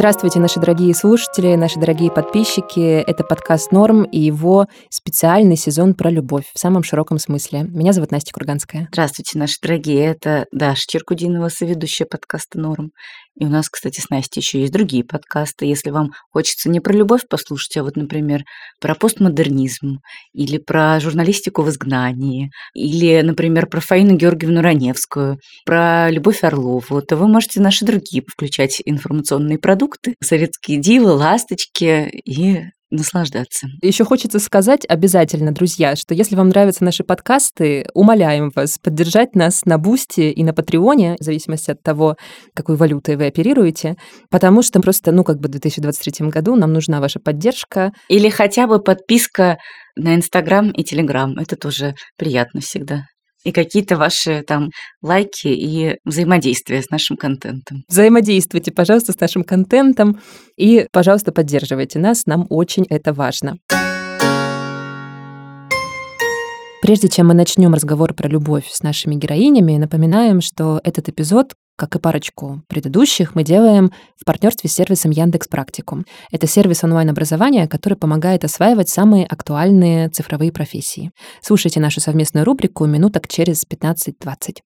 Здравствуйте, наши дорогие слушатели, наши дорогие подписчики. Это подкаст «Норм» и его специальный сезон про любовь в самом широком смысле. Меня зовут Настя Курганская. Здравствуйте, наши дорогие. Это Даша Черкудинова, соведущая подкаста «Норм». И у нас, кстати, с Настей еще есть другие подкасты. Если вам хочется не про любовь послушать, а вот, например, про постмодернизм, или про журналистику в изгнании, или, например, про Фаину Георгиевну Раневскую, про Любовь Орлову, то вы можете наши другие включать информационные продукты, советские дивы, ласточки и наслаждаться. Еще хочется сказать обязательно, друзья, что если вам нравятся наши подкасты, умоляем вас поддержать нас на Бусти и на Патреоне, в зависимости от того, какой валютой вы оперируете, потому что просто, в 2023 году нам нужна ваша поддержка. Или хотя бы подписка на Инстаграм и Телеграм. Это тоже приятно всегда. И какие-то ваши там лайки и взаимодействия с нашим контентом. Взаимодействуйте, пожалуйста, с нашим контентом и, пожалуйста, поддерживайте нас, нам очень это важно. Прежде чем мы начнем разговор про любовь с нашими героинями, напоминаем, что этот эпизод, как и парочку предыдущих, мы делаем в партнерстве с сервисом Яндекс.Практикум. Это сервис онлайн-образования, который помогает осваивать самые актуальные цифровые профессии. Слушайте нашу совместную рубрику минуток через 15-20.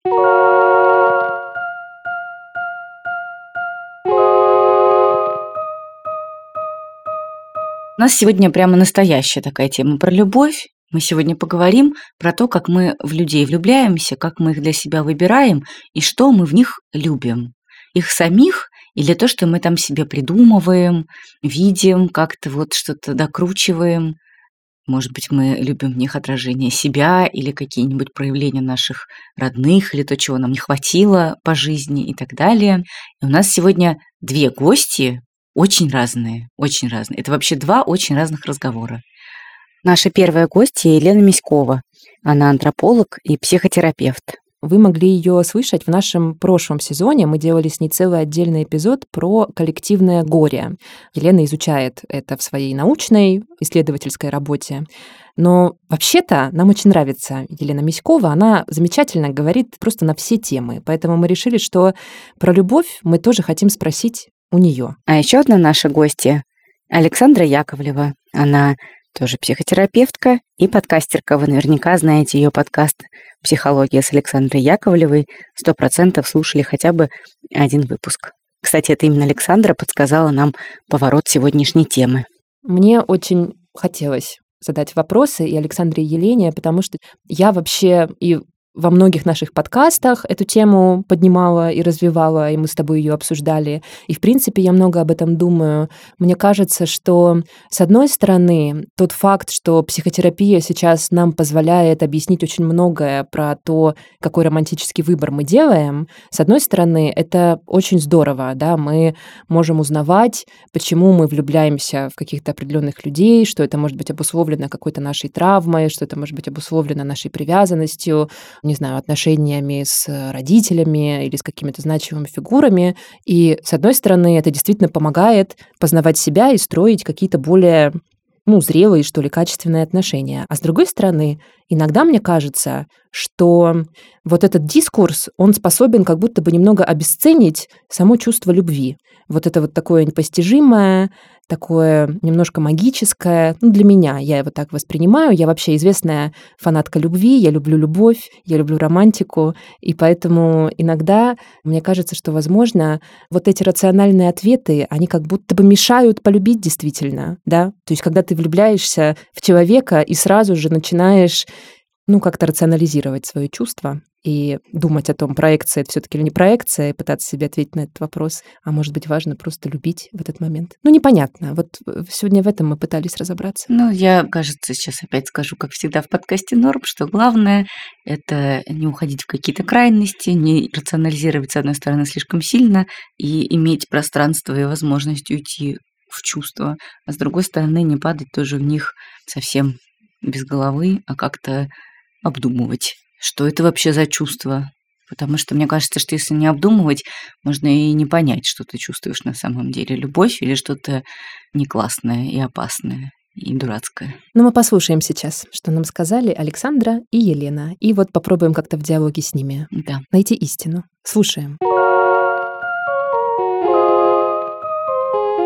У нас сегодня прямо настоящая такая тема про любовь. Мы сегодня поговорим про то, как мы в людей влюбляемся, как мы их для себя выбираем и что мы в них любим. Их самих или то, что мы там себе придумываем, видим, как-то вот что-то докручиваем. Может быть, мы любим в них отражение себя или какие-нибудь проявления наших родных, или то, чего нам не хватило по жизни и так далее. И у нас сегодня две гости очень разные, очень разные. Это вообще два очень разных разговора. Наша первая гостья Елена Миськова. Она антрополог и психотерапевт. Вы могли ее слышать в нашем прошлом сезоне. Мы делали с ней целый отдельный эпизод про коллективное горе. Елена изучает это в своей научной исследовательской работе. Но вообще-то нам очень нравится Елена Миськова. Она замечательно говорит просто на все темы. Поэтому мы решили, что про любовь мы тоже хотим спросить у нее. А еще одна наша гостья Александра Яковлева. Она тоже психотерапевтка и подкастерка. Вы наверняка знаете ее подкаст «Психология» с Александрой Яковлевой. 100% слушали хотя бы один выпуск. Кстати, это именно Александра подсказала нам поворот сегодняшней темы. Мне очень хотелось задать вопросы и Александре, и Елене, потому что я вообще и во многих наших подкастах эту тему поднимала и развивала, и мы с тобой ее обсуждали. И, в принципе, я много об этом думаю. Мне кажется, что, с одной стороны, тот факт, что психотерапия сейчас нам позволяет объяснить очень многое про то, какой романтический выбор мы делаем, с одной стороны, это очень здорово, да, мы можем узнавать, почему мы влюбляемся в каких-то определенных людей, что это может быть обусловлено какой-то нашей травмой, что это может быть обусловлено нашей привязанностью, не знаю, отношениями с родителями или с какими-то значимыми фигурами. И, с одной стороны, это действительно помогает познавать себя и строить какие-то более, зрелые, что ли, качественные отношения. А с другой стороны, иногда мне кажется, что вот этот дискурс, он способен как будто бы немного обесценить само чувство любви. Вот это вот такое непостижимое, такое немножко магическое. Для меня, я его так воспринимаю. Я вообще известная фанатка любви, я люблю любовь, я люблю романтику. И поэтому иногда мне кажется, что, возможно, вот эти рациональные ответы, они как будто бы мешают полюбить действительно, да? То есть когда ты влюбляешься в человека и сразу же начинаешь как-то рационализировать свои чувства и думать о том, проекция это все-таки или не проекция, и пытаться себе ответить на этот вопрос. А может быть, важно просто любить в этот момент. Непонятно. Вот сегодня в этом мы пытались разобраться. Я, кажется, сейчас опять скажу, как всегда в подкасте «Норм», что главное – это не уходить в какие-то крайности, не рационализировать, с одной стороны, слишком сильно и иметь пространство и возможность уйти в чувства, а с другой стороны, не падать тоже в них совсем без головы, а как-то обдумывать, что это вообще за чувство. Потому что мне кажется, что если не обдумывать, можно и не понять, что ты чувствуешь на самом деле. Любовь или что-то не классное и опасное, и дурацкое. Мы послушаем сейчас, что нам сказали Александра и Елена. И вот попробуем как-то в диалоге с ними найти истину. Слушаем.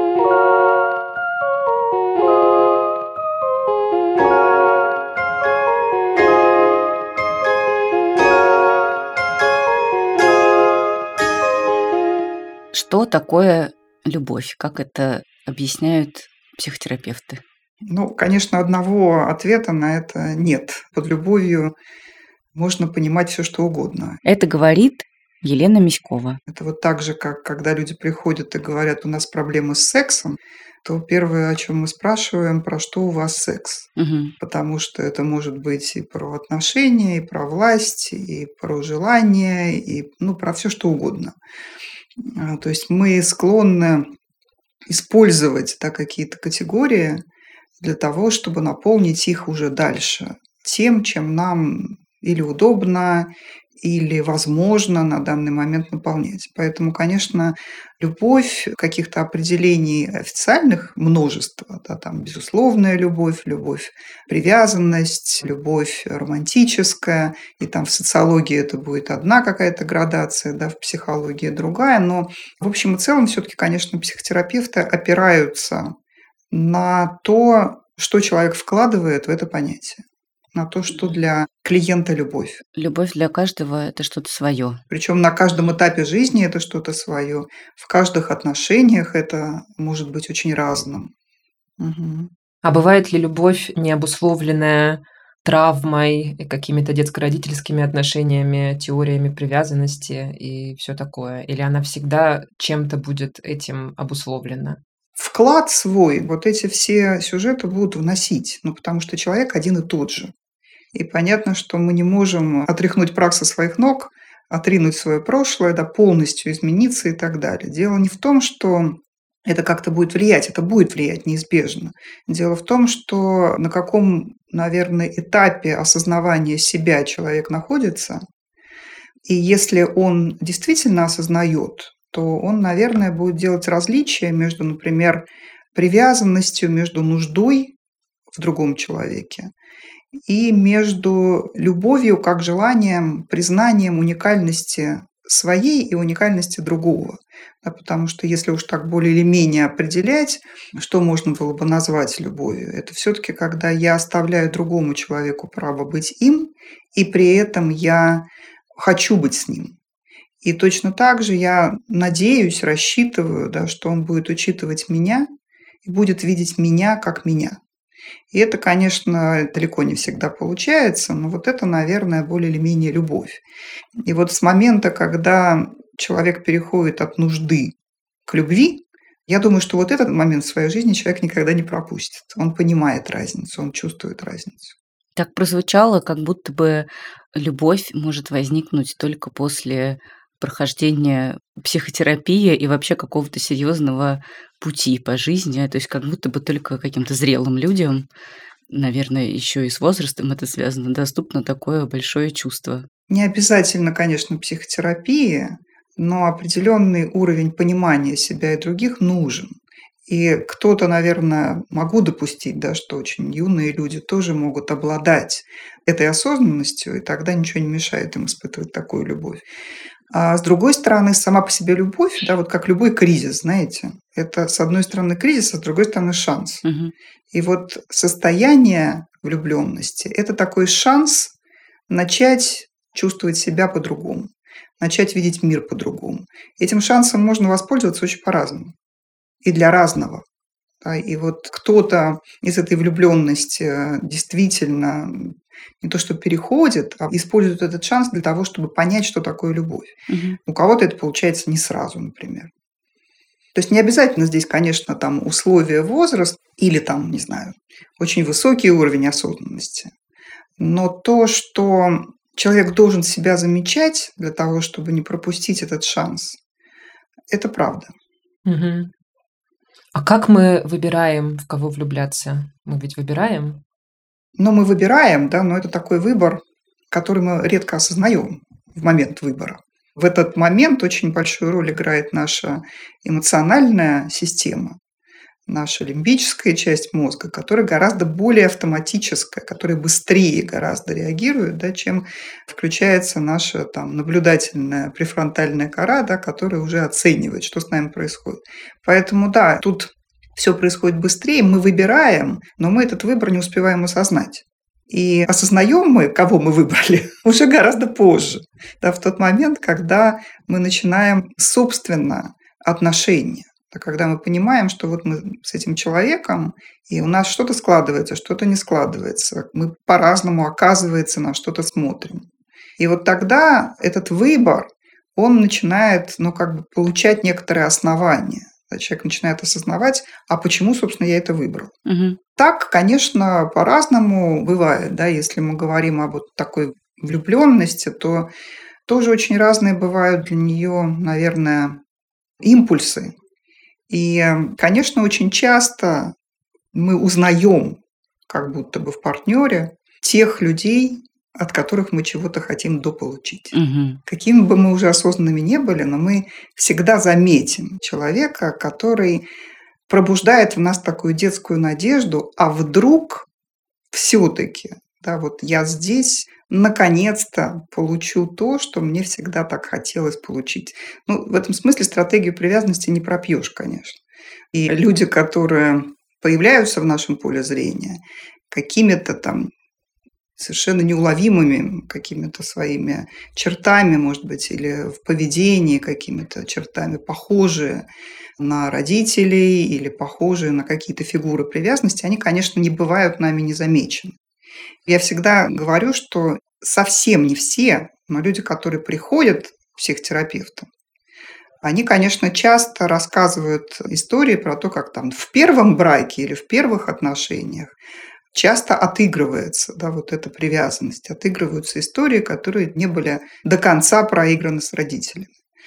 такое любовь? Как это объясняют психотерапевты? Конечно, одного ответа на это нет. Под любовью можно понимать все, что угодно. Это говорит Елена Миськова. Это вот так же, как когда люди приходят и говорят, у нас проблемы с сексом, то первое, о чем мы спрашиваем, про что у вас секс. Мгм. Потому что это может быть и про отношения, и про власть, и про желание, и про все, что угодно. То есть мы склонны использовать какие-то категории для того, чтобы наполнить их уже дальше тем, чем нам или удобно, или возможно на данный момент наполнять. Поэтому, конечно, любовь каких-то определений официальных множество. Да, там безусловная любовь, любовь привязанность, любовь романтическая. И там в социологии это будет одна какая-то градация, да, в психологии другая. Но в общем и целом все-таки, конечно, психотерапевты опираются на то, что человек вкладывает в это понятие, на то, что для клиента любовь. Любовь для каждого – это что-то свое. Причем на каждом этапе жизни это что-то свое, в каждых отношениях это может быть очень разным. Мгм. А бывает ли любовь, не обусловленная травмой и какими-то детско-родительскими отношениями, теориями привязанности и все такое? Или она всегда чем-то будет этим обусловлена? Вклад свой вот эти все сюжеты будут вносить, потому что человек один и тот же. И понятно, что мы не можем отряхнуть прах со своих ног, отринуть свое прошлое, да, полностью измениться и так далее. Дело не в том, что это как-то будет влиять, это будет влиять неизбежно. Дело в том, что на каком, наверное, этапе осознавания себя человек находится, и если он действительно осознает, то он, наверное, будет делать различия между, например, привязанностью, между нуждой в другом человеке и между любовью как желанием, признанием уникальности своей и уникальности другого. Да, потому что если уж так более или менее определять, что можно было бы назвать любовью, это все-таки когда я оставляю другому человеку право быть им, и при этом я хочу быть с ним. И точно так же я надеюсь, рассчитываю, да, что он будет учитывать меня и будет видеть меня как меня. И это, конечно, далеко не всегда получается, но вот это, наверное, более или менее любовь. И вот с момента, когда человек переходит от нужды к любви, я думаю, что вот этот момент в своей жизни человек никогда не пропустит. Он понимает разницу, он чувствует разницу. Так прозвучало, как будто бы любовь может возникнуть только после прохождения психотерапии и вообще какого-то серьезного пути по жизни. То есть как будто бы только каким-то зрелым людям, наверное, еще и с возрастом это связано, доступно такое большое чувство. Не обязательно, конечно, психотерапия, но определенный уровень понимания себя и других нужен. И кто-то, наверное, могу допустить, да, что очень юные люди тоже могут обладать этой осознанностью, и тогда ничего не мешает им испытывать такую любовь. А с другой стороны, сама по себе любовь, да, вот как любой кризис, знаете, это с одной стороны кризис, а с другой стороны шанс. Мгм. И вот состояние влюбленности – это такой шанс начать чувствовать себя по-другому, начать видеть мир по-другому. Этим шансом можно воспользоваться очень по-разному и для разного. Да, и вот кто-то из этой влюбленности действительно не то что переходит, а использует этот шанс для того, чтобы понять, что такое любовь. Мгм. У кого-то это получается не сразу, например. То есть не обязательно здесь, конечно, там условия, возраст или там, не знаю, очень высокий уровень осознанности. Но то, что человек должен себя замечать для того, чтобы не пропустить этот шанс, это правда. Мгм. А как мы выбираем, в кого влюбляться? Мы ведь выбираем? Но мы выбираем, да, но это такой выбор, который мы редко осознаем в момент выбора. В этот момент очень большую роль играет наша эмоциональная система, наша лимбическая часть мозга, которая гораздо более автоматическая, которая быстрее гораздо реагирует, да, чем включается наша там, наблюдательная префронтальная кора, да, которая уже оценивает, что с нами происходит. Поэтому да, тут все происходит быстрее, мы выбираем, но мы этот выбор не успеваем осознать. И осознаем мы, кого мы выбрали, уже гораздо позже, да, в тот момент, когда мы начинаем собственно отношения. Это когда мы понимаем, что вот мы с этим человеком, и у нас что-то складывается, что-то не складывается. Мы по-разному, оказывается, на что-то смотрим. И вот тогда этот выбор, он начинает, получать некоторые основания. Человек начинает осознавать, а почему, собственно, я это выбрал. Мгм. Так, конечно, по-разному бывает, да, если мы говорим об вот такой влюбленности, то тоже очень разные бывают для нее, наверное, импульсы. И, конечно, очень часто мы узнаем, как будто бы в партнере, тех людей, от которых мы чего-то хотим дополучить. Мгм. Какими бы мы уже осознанными не были, но мы всегда заметим человека, который пробуждает в нас такую детскую надежду, а вдруг все-таки, да, вот я здесь наконец-то получу то, что мне всегда так хотелось получить. В этом смысле стратегию привязанности не пропьешь, конечно. И люди, которые появляются в нашем поле зрения, какими-то там совершенно неуловимыми какими-то своими чертами, может быть, или в поведении какими-то чертами похожие на родителей или похожие на какие-то фигуры привязанности, они, конечно, не бывают нами незамечены. Я всегда говорю, что совсем не все, но люди, которые приходят к психотерапевтам, они, конечно, часто рассказывают истории про то, как там в первом браке или в первых отношениях часто отыгрывается, да, вот эта привязанность, отыгрываются истории, которые не были до конца проиграны с родителями.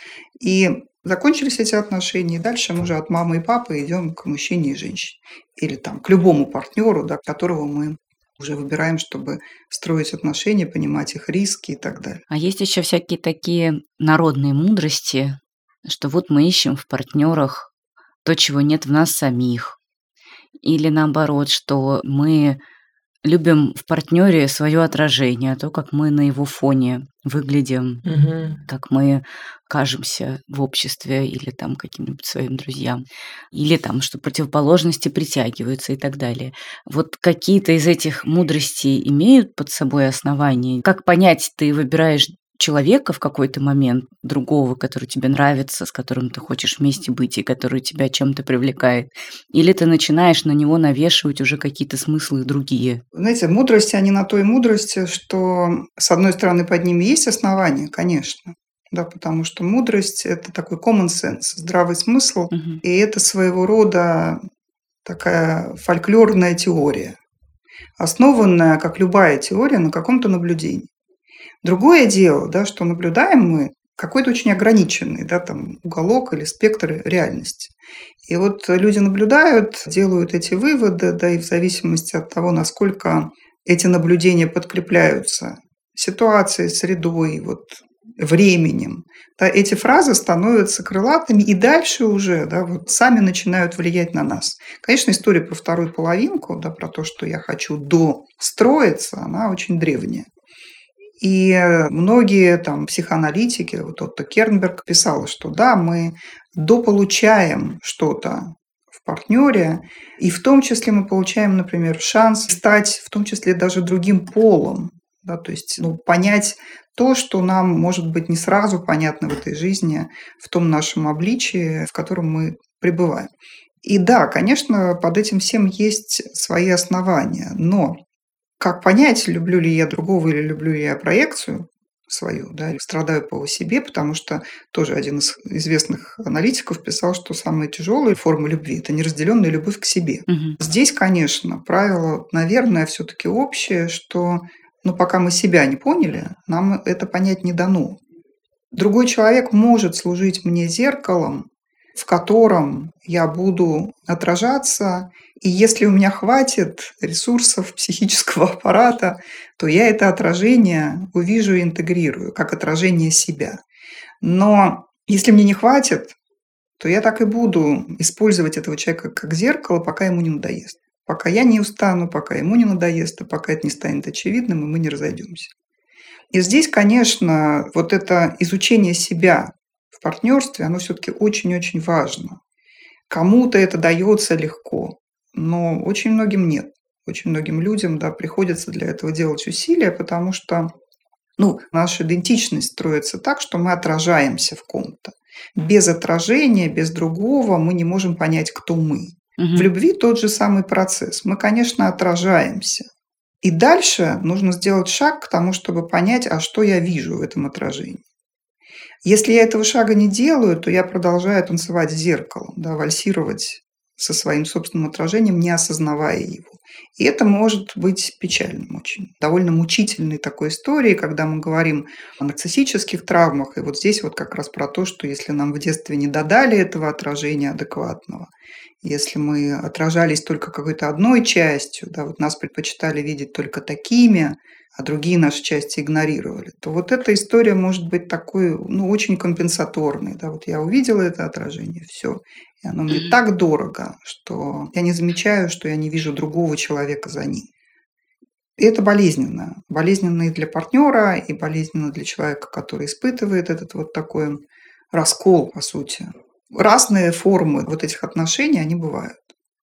И закончились эти отношения, и дальше мы уже от мамы и папы идем к мужчине и женщине. Или там к любому партнеру, да, которого мы уже выбираем, чтобы строить отношения, понимать их риски и так далее. А есть еще всякие такие народные мудрости, что вот мы ищем в партнерах то, чего нет в нас самих. Или наоборот, что мы любим в партнере свое отражение, то, как мы на его фоне выглядим, Мгм. как мы кажемся в обществе или там каким-нибудь своим друзьям, или там, что противоположности притягиваются и так далее. Вот какие-то из этих мудростей имеют под собой основания? Как понять, ты выбираешь человека в какой-то момент, другого, который тебе нравится, с которым ты хочешь вместе быть и который тебя чем-то привлекает, или ты начинаешь на него навешивать уже какие-то смыслы другие? Знаете, мудрости, они на той мудрости, что, с одной стороны, под ними есть основания, конечно, да, потому что мудрость – это такой common sense, здравый смысл, Мгм. и это своего рода такая фольклорная теория, основанная, как любая теория, на каком-то наблюдении. Другое дело, да, что наблюдаем мы какой-то очень ограниченный, да, там, уголок или спектр реальности. И вот люди наблюдают, делают эти выводы, да, и в зависимости от того, насколько эти наблюдения подкрепляются ситуацией, средой, вот, временем, да, эти фразы становятся крылатыми и дальше уже, да, вот, сами начинают влиять на нас. Конечно, история про вторую половинку, да, про то, что я хочу достроиться, она очень древняя. И многие там психоаналитики, вот Отто Кернберг писал, что да, мы дополучаем что-то в партнере, и в том числе мы получаем, например, шанс стать в том числе даже другим полом, да, то есть понять то, что нам, может быть, не сразу понятно в этой жизни, в том нашем обличии, в котором мы пребываем. И да, конечно, под этим всем есть свои основания, но как понять, люблю ли я другого или люблю ли я проекцию свою, да, или страдаю по себе, потому что тоже один из известных аналитиков писал, что самая тяжелая форма любви – это неразделенная любовь к себе. Мгм. Здесь, конечно, правило, наверное, все-таки общее, что пока мы себя не поняли, нам это понять не дано. Другой человек может служить мне зеркалом, в котором я буду отражаться, и если у меня хватит ресурсов психического аппарата, то я это отражение увижу и интегрирую, как отражение себя. Но если мне не хватит, то я так и буду использовать этого человека как зеркало, пока ему не надоест. Пока я не устану, пока ему не надоест, и пока это не станет очевидным, и мы не разойдемся. И здесь, конечно, вот это изучение себя в партнерстве, оно все-таки очень-очень важно. Кому-то это дается легко, но очень многим нет. Очень многим людям, да, приходится для этого делать усилия, потому что наша идентичность строится так, что мы отражаемся в ком-то. Без отражения, без другого мы не можем понять, кто мы. В любви тот же самый процесс. Мы, конечно, отражаемся. И дальше нужно сделать шаг к тому, чтобы понять, а что я вижу в этом отражении. Если я этого шага не делаю, то я продолжаю танцевать с зеркалом, да, вальсировать со своим собственным отражением, не осознавая его. И это может быть печальным очень, довольно мучительной такой историей, когда мы говорим о нарциссических травмах. И вот здесь вот как раз про то, что если нам в детстве не додали этого отражения адекватного, если мы отражались только какой-то одной частью, да, вот нас предпочитали видеть только такими, а другие наши части игнорировали, то вот эта история может быть такой, ну, очень компенсаторной. Да, вот я увидела это отражение, все, и оно мне так дорого, что я не замечаю, что я не вижу другого человека за ним. И это болезненно. Болезненно и для партнера, и болезненно для человека, который испытывает этот вот такой раскол, по сути. Разные формы вот этих отношений, они бывают.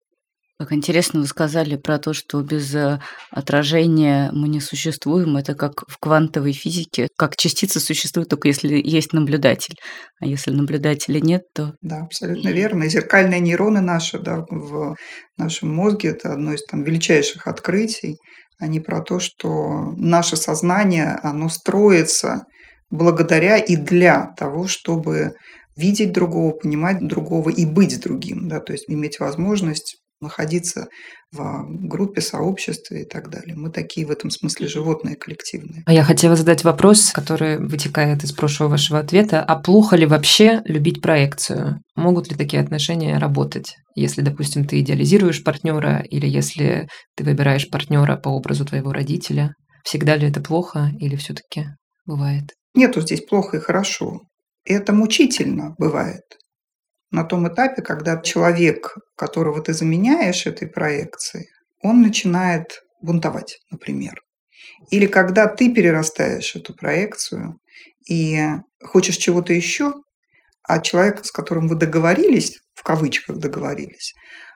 Как интересно вы сказали про то, что без отражения мы не существуем. Это как в квантовой физике, как частицы существуют только если есть наблюдатель. А если наблюдателя нет, то... Да, абсолютно верно. И зеркальные нейроны наши, да, в нашем мозге – это одно из там величайших открытий. Они про то, что наше сознание, оно строится благодаря и для того, чтобы видеть другого, понимать другого и быть с другим, да, то есть иметь возможность находиться в группе, сообществе и так далее. Мы такие в этом смысле животные коллективные. А я хотела задать вопрос, который вытекает из прошлого вашего ответа. А плохо ли вообще любить проекцию? Могут ли такие отношения работать? Если, допустим, ты идеализируешь партнера, или если ты выбираешь партнера по образу твоего родителя, всегда ли это плохо или все-таки бывает? Нету здесь плохо и хорошо. Это мучительно бывает. На том этапе, когда человек, которого ты заменяешь этой проекцией, он начинает бунтовать, например. Или когда ты перерастаешь эту проекцию и хочешь чего-то еще, а человек, с которым вы договорились, в кавычках договорились,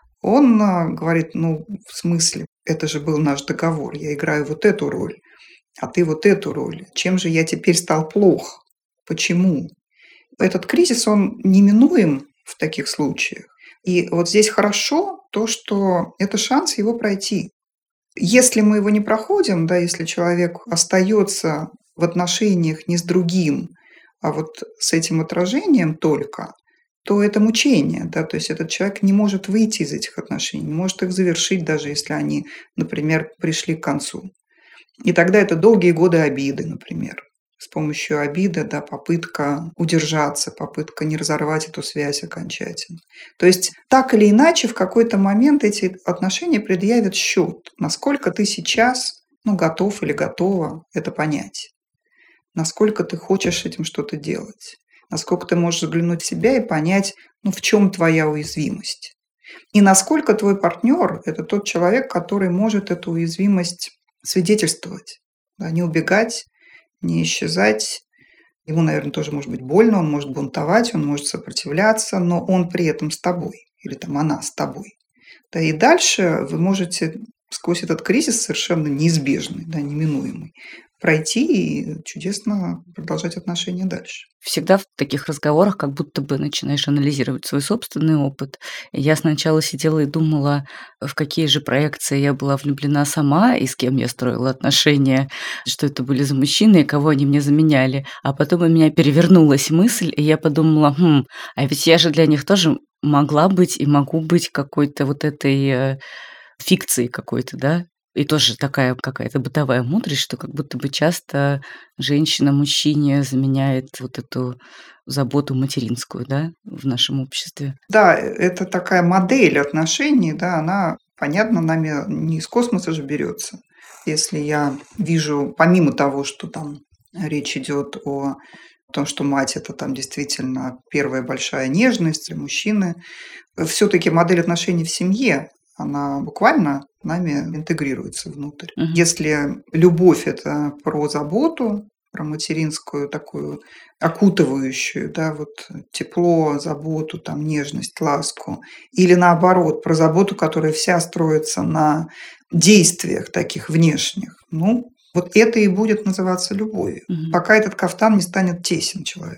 он говорит, ну, в смысле, это же был наш договор, я играю вот эту роль, а ты вот эту роль. Чем же я теперь стал плох? Почему? Этот кризис, он неминуем в таких случаях. И вот здесь хорошо то, что это шанс его пройти. Если мы его не проходим, да, если человек остается в отношениях не с другим, а вот с этим отражением только, то это мучение, да, то есть этот человек не может выйти из этих отношений, не может их завершить, даже если они, например, пришли к концу. И тогда это долгие годы обиды, например. С помощью обиды, да, попытка удержаться, попытка не разорвать эту связь окончательно. То есть так или иначе в какой-то момент эти отношения предъявят счет, насколько ты сейчас, ну, готов или готова это понять, насколько ты хочешь этим что-то делать, насколько ты можешь заглянуть в себя и понять, ну, в чем твоя уязвимость. И насколько твой партнер – это тот человек, который может эту уязвимость свидетельствовать, да, не убегать, не исчезать. Ему, наверное, тоже может быть больно, он может бунтовать, он может сопротивляться, но он при этом с тобой, или там она с тобой. Да, и дальше вы можете сквозь этот кризис совершенно неизбежный, да, неминуемый, пройти и чудесно продолжать отношения дальше. Всегда в таких разговорах как будто бы начинаешь анализировать свой собственный опыт. Я сначала сидела и думала, в какие же проекции я была влюблена сама и с кем я строила отношения, что это были за мужчины и кого они мне заменяли. А потом у меня перевернулась мысль, и я подумала, а ведь я же для них тоже могла быть и могу быть какой-то вот этой фикцией какой-то, да? И тоже такая какая-то бытовая мудрость, что как будто бы часто женщина мужчине заменяет вот эту заботу материнскую, да, в нашем обществе. Да, это такая модель отношений, да, она, понятно, нами не из космоса же берется. Если я вижу, помимо того, что там речь идет о том, что мать – это там действительно первая большая нежность для мужчины, все-таки модель отношений в семье, она буквально нами интегрируется внутрь. Если любовь – это про заботу, про материнскую такую окутывающую, да, вот тепло, заботу, там, нежность, ласку, или наоборот, про заботу, которая вся строится на действиях таких внешних, ну, вот это и будет называться любовью, пока этот кафтан не станет тесен человеку.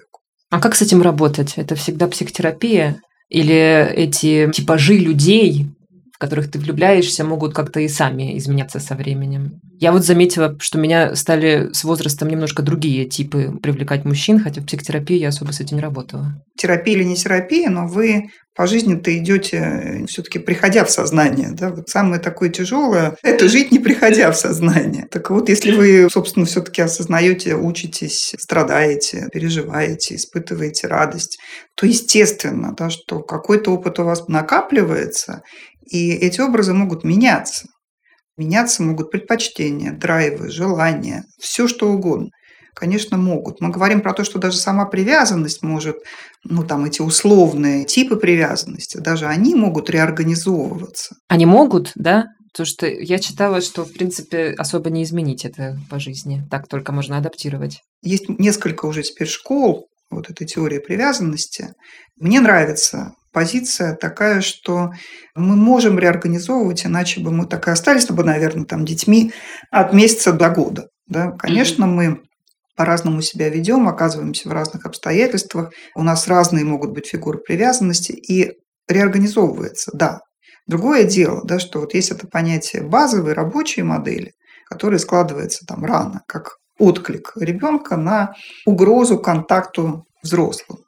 А как с этим работать? Это всегда психотерапия? Или эти типажи людей, в которых ты влюбляешься, могут как-то и сами изменяться со временем? Я вот заметила, что меня стали с возрастом немножко другие типы привлекать мужчин, хотя в психотерапии я особо с этим не работала. Терапия или не терапия, но вы по жизни-то идете все-таки приходя в сознание. Да? Вот самое такое тяжелое– это жить, не приходя в сознание. Так вот, если вы, собственно, все-таки осознаете, учитесь, страдаете, переживаете, испытываете радость, то естественно, да, что какой-то опыт у вас накапливается, и эти образы могут меняться. Меняться могут предпочтения, драйвы, желания, все что угодно. Конечно, могут. Мы говорим про то, что даже сама привязанность может, там эти условные типы привязанности, даже они могут реорганизовываться. Они могут, да? Потому что я читала, что, в принципе, особо не изменить это по жизни. Так только можно адаптировать. Есть несколько уже теперь школ вот этой теории привязанности. Мне нравится позиция такая, что мы можем реорганизовывать, иначе бы мы так и остались бы, наверное, там детьми от месяца до года. Да? Конечно, мы по-разному себя ведем, оказываемся в разных обстоятельствах. У нас разные могут быть фигуры привязанности, и реорганизовывается, да. Другое дело, да, что вот есть это понятие базовой рабочей модели, которая складывается там рано, как отклик ребенка на угрозу контакту взрослым.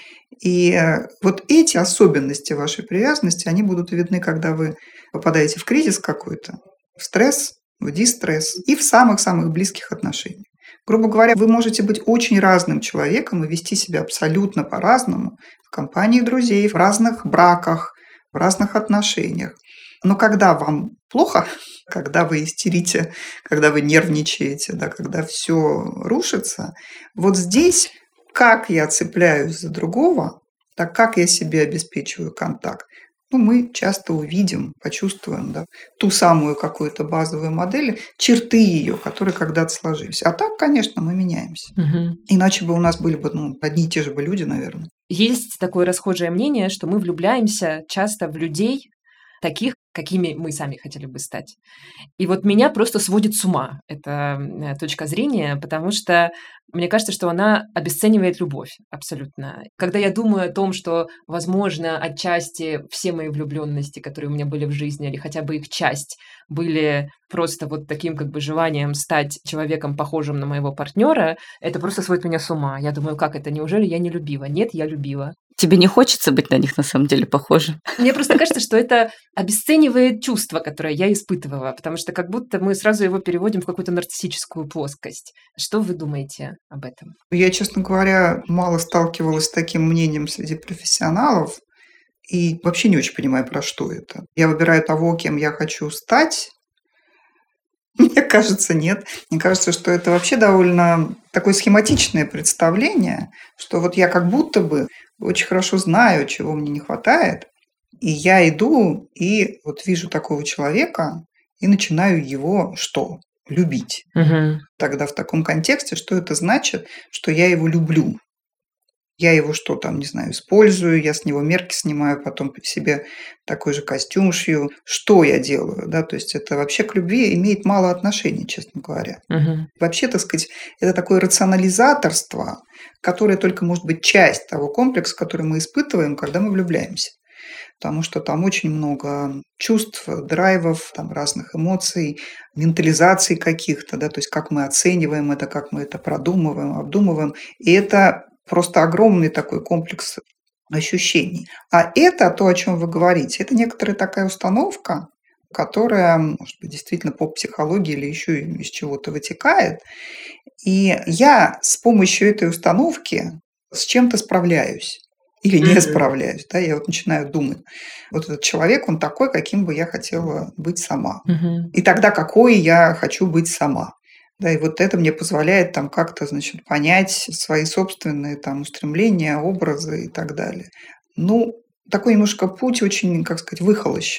И вот эти особенности вашей привязанности, они будут видны, когда вы попадаете в кризис какой-то, в стресс, в дистресс и в самых-самых близких отношениях. Грубо говоря, вы можете быть очень разным человеком и вести себя абсолютно по-разному в компании друзей, в разных браках, в разных отношениях. Но когда вам плохо, когда вы истерите, когда вы нервничаете, да, когда все рушится, вот здесь как я цепляюсь за другого, так как я себе обеспечиваю контакт, мы часто увидим, почувствуем, да, ту самую какую-то базовую модель, черты ее, которые когда-то сложились. А так, конечно, мы меняемся. Мгм. Иначе бы у нас были бы одни и те же бы люди, наверное. Есть такое расхожее мнение, что мы влюбляемся часто в людей, таких, какими мы сами хотели бы стать. И вот меня просто сводит с ума эта точка зрения, потому что мне кажется, что она обесценивает любовь абсолютно. Когда я думаю о том, что, возможно, отчасти все мои влюбленности, которые у меня были в жизни, или хотя бы их часть, были просто вот таким как бы желанием стать человеком, похожим на моего партнера, это просто сводит меня с ума. Я думаю, как это? Неужели я не любила? Нет, я любила. Тебе не хочется быть на них на самом деле похожим? Мне просто кажется, что это обесценивает чувство, которое я испытывала, потому что как будто мы сразу его переводим в какую-то нарциссическую плоскость. Что вы думаете об этом? Я, честно говоря, мало сталкивалась с таким мнением среди профессионалов и вообще не очень понимаю, про что это. Я выбираю того, кем я хочу стать. Мне кажется, нет. Мне кажется, что это вообще довольно такое схематичное представление, что вот я как будто бы очень хорошо знаю, чего мне не хватает, и я иду и вот вижу такого человека и начинаю его что? Любить. Мгм. Тогда в таком контексте, что это значит, что я его люблю? Я его что там, не знаю, использую, я с него мерки снимаю, потом себе такой же костюм шью. Что я делаю? Да? То есть это вообще к любви имеет мало отношений, честно говоря. Мгм. Вообще, так сказать, это такое рационализаторство, которое только может быть часть того комплекса, который мы испытываем, когда мы влюбляемся. Потому что там очень много чувств, драйвов, там разных эмоций, ментализаций каких-то, да, то есть как мы оцениваем это, как мы это продумываем, обдумываем. И это просто огромный такой комплекс ощущений. А это то, о чем вы говорите, это некоторая такая установка, которая, может быть, действительно по психологии или еще из чего-то вытекает. И я с помощью этой установки с чем-то справляюсь или не справляюсь. Да? Я вот начинаю думать, вот этот человек, он такой, каким бы я хотела быть сама. Мгм. И тогда какой я хочу быть сама. Да, и вот это мне позволяет там как-то, значит, понять свои собственные там устремления, образы и так далее. Такой немножко путь очень, как сказать, выхолощенный.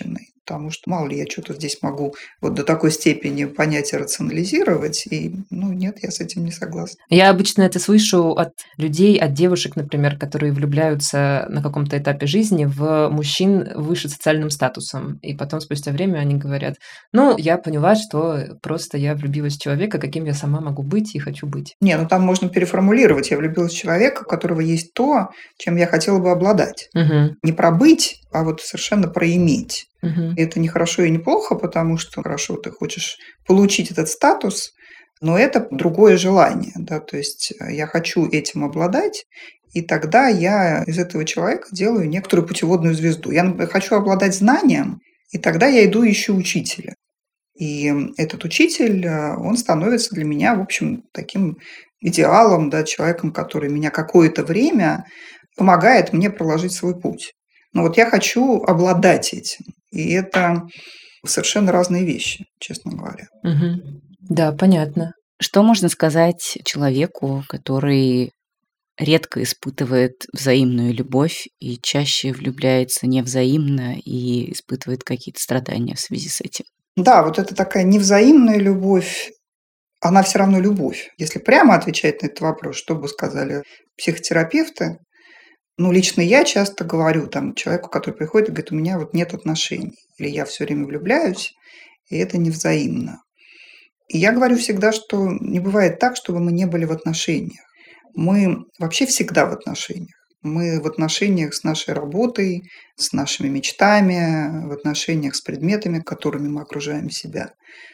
потому что мало ли я что-то здесь могу вот до такой степени понять и рационализировать, и, нет, я с этим не согласна. Я обычно это слышу от людей, от девушек, например, которые влюбляются на каком-то этапе жизни в мужчин выше социальным статусом. И потом, спустя время, они говорят, я поняла, что просто я влюбилась в человека, каким я сама могу быть и хочу быть. Не, там можно переформулировать. Я влюбилась в человека, у которого есть то, чем я хотела бы обладать. Угу. Не про быть, а вот совершенно про иметь. Угу. И это не хорошо и не плохо, потому что хорошо ты хочешь получить этот статус, но это другое желание. Да? То есть я хочу этим обладать, и тогда я из этого человека делаю некоторую путеводную звезду. Я хочу обладать знанием, и тогда я иду ищу учителя. И этот учитель, он становится для меня, в общем, таким идеалом, да, человеком, который меня какое-то время помогает мне проложить свой путь. Но вот я хочу обладать этим. И это совершенно разные вещи, честно говоря. Угу. Да, понятно. Что можно сказать человеку, который редко испытывает взаимную любовь и чаще влюбляется невзаимно и испытывает какие-то страдания в связи с этим? Да, вот это такая невзаимная любовь, она все равно любовь. Если прямо отвечать на этот вопрос, что бы сказали психотерапевты, лично я часто говорю человеку, который приходит и говорит, у меня вот нет отношений, или я все время влюбляюсь, и это невзаимно. И я говорю всегда, что не бывает так, чтобы мы не были в отношениях. Мы вообще всегда в отношениях. Мы в отношениях с нашей работой, с нашими мечтами, в отношениях с предметами, которыми мы окружаем себя.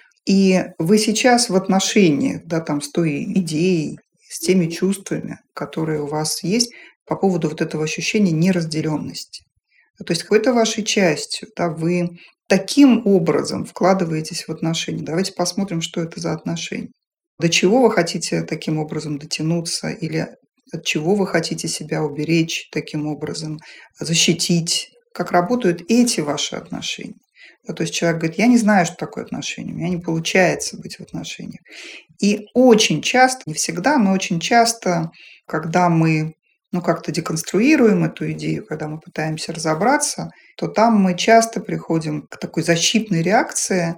И вы сейчас в отношениях, с той идеей, с теми чувствами, которые у вас есть по поводу вот этого ощущения неразделенности. То есть какой-то вашей частью, вы таким образом вкладываетесь в отношения. Давайте посмотрим, что это за отношения. До чего вы хотите таким образом дотянуться или от чего вы хотите себя уберечь таким образом, защитить, как работают эти ваши отношения. То есть человек говорит, я не знаю, что такое отношения, у меня не получается быть в отношениях. И очень часто, не всегда, но очень часто, когда мы как-то деконструируем эту идею, когда мы пытаемся разобраться, то там мы часто приходим к такой защитной реакции,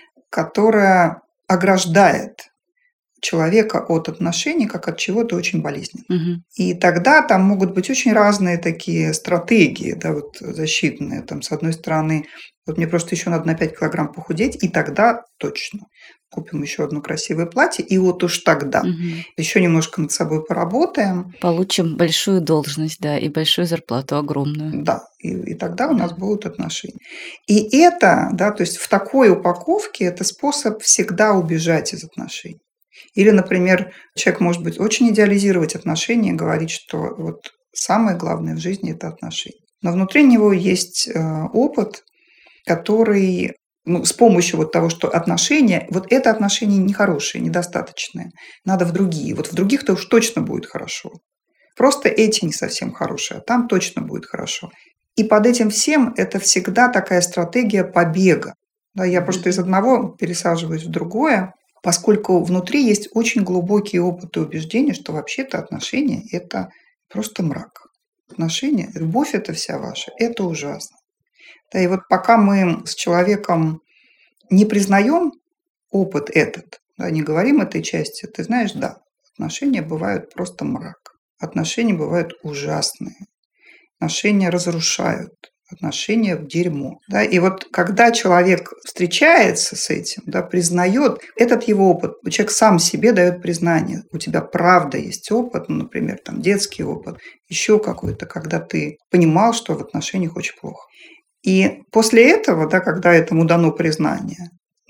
которая ограждает человека от отношений, как от чего-то очень болезненного. Угу. И тогда там могут быть очень разные такие стратегии, защитные. С одной стороны, мне просто еще надо на 5 килограмм похудеть, и тогда точно купим еще одно красивое платье, и вот уж тогда еще немножко над собой поработаем. Получим большую должность, да, и большую зарплату огромную. Да, и тогда у нас будут отношения. И это, то есть в такой упаковке это способ всегда убежать из отношений. Или, например, человек может быть очень идеализировать отношения, говорить, что вот самое главное в жизни – это отношения. Но внутри него есть опыт, который с помощью того, что отношения, вот это отношения нехорошие, недостаточные, надо в другие. Вот в других-то уж точно будет хорошо. Просто эти не совсем хорошие, а там точно будет хорошо. И под этим всем это всегда такая стратегия побега. Я просто из одного пересаживаюсь в другое, поскольку внутри есть очень глубокие опыты и убеждения, что вообще-то отношения – это просто мрак. Отношения, любовь это вся ваша, это ужасно. И вот пока мы с человеком не признаем опыт этот, не говорим этой части, ты знаешь, отношения бывают просто мрак. Отношения бывают ужасные. Отношения разрушают. Отношения в дерьмо. И вот когда человек встречается с этим, признает, этот его опыт, человек сам себе дает признание. У тебя правда есть опыт, например, детский опыт, еще какой-то, когда ты понимал, что в отношениях очень плохо. И после этого, когда этому дано признание,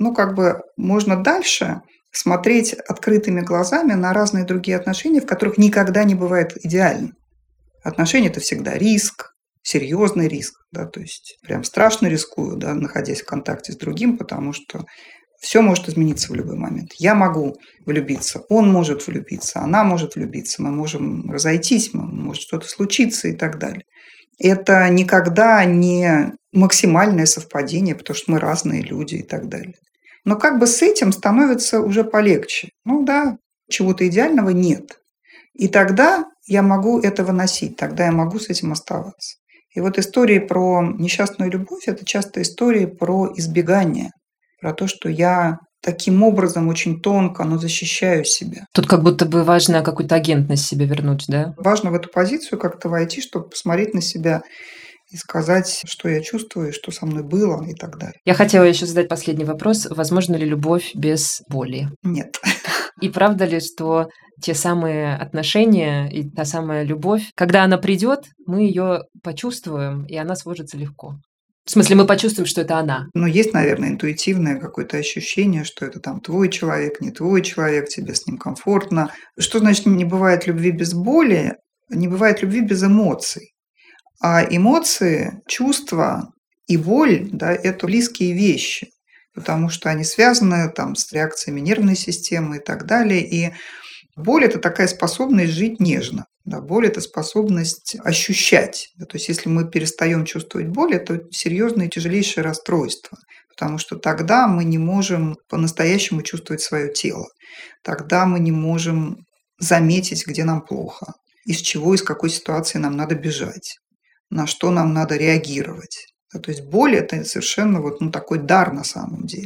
можно дальше смотреть открытыми глазами на разные другие отношения, в которых никогда не бывает идеально. Отношения – это всегда риск, серьезный риск, то есть прям страшно рискую, находясь в контакте с другим, потому что все может измениться в любой момент. Я могу влюбиться, он может влюбиться, она может влюбиться, мы можем разойтись, может что-то случиться и так далее. Это никогда не максимальное совпадение, потому что мы разные люди и так далее. Но с этим становится уже полегче. Чего-то идеального нет. И тогда я могу это выносить, тогда я могу с этим оставаться. И вот истории про несчастную любовь – это часто истории про избегание, про то, что я таким образом очень тонко, но защищаю себя. Тут как будто бы важно какую-то агентность себе вернуть, да? Важно в эту позицию как-то войти, чтобы посмотреть на себя и сказать, что я чувствую, что со мной было и так далее. Я хотела еще задать последний вопрос. Возможно ли любовь без боли? Нет. И правда ли, что те самые отношения и та самая любовь, когда она придет, мы ее почувствуем, и она сложится легко? В смысле, мы почувствуем, что это она. Но есть, наверное, интуитивное какое-то ощущение, что это там твой человек, не твой человек, тебе с ним комфортно. Что значит не бывает любви без боли? Не бывает любви без эмоций. А эмоции, чувства и боль, да, это близкие вещи, потому что они связаны там с реакциями нервной системы и так далее. И боль – это такая способность жить нежно. Да, боль – это способность ощущать. Да, то есть если мы перестаем чувствовать боль, это серьезное и тяжелейшее расстройство, потому что тогда мы не можем по-настоящему чувствовать свое тело. Тогда мы не можем заметить, где нам плохо, из чего, из какой ситуации нам надо бежать, на что нам надо реагировать. Да, то есть боль – это совершенно такой дар на самом деле.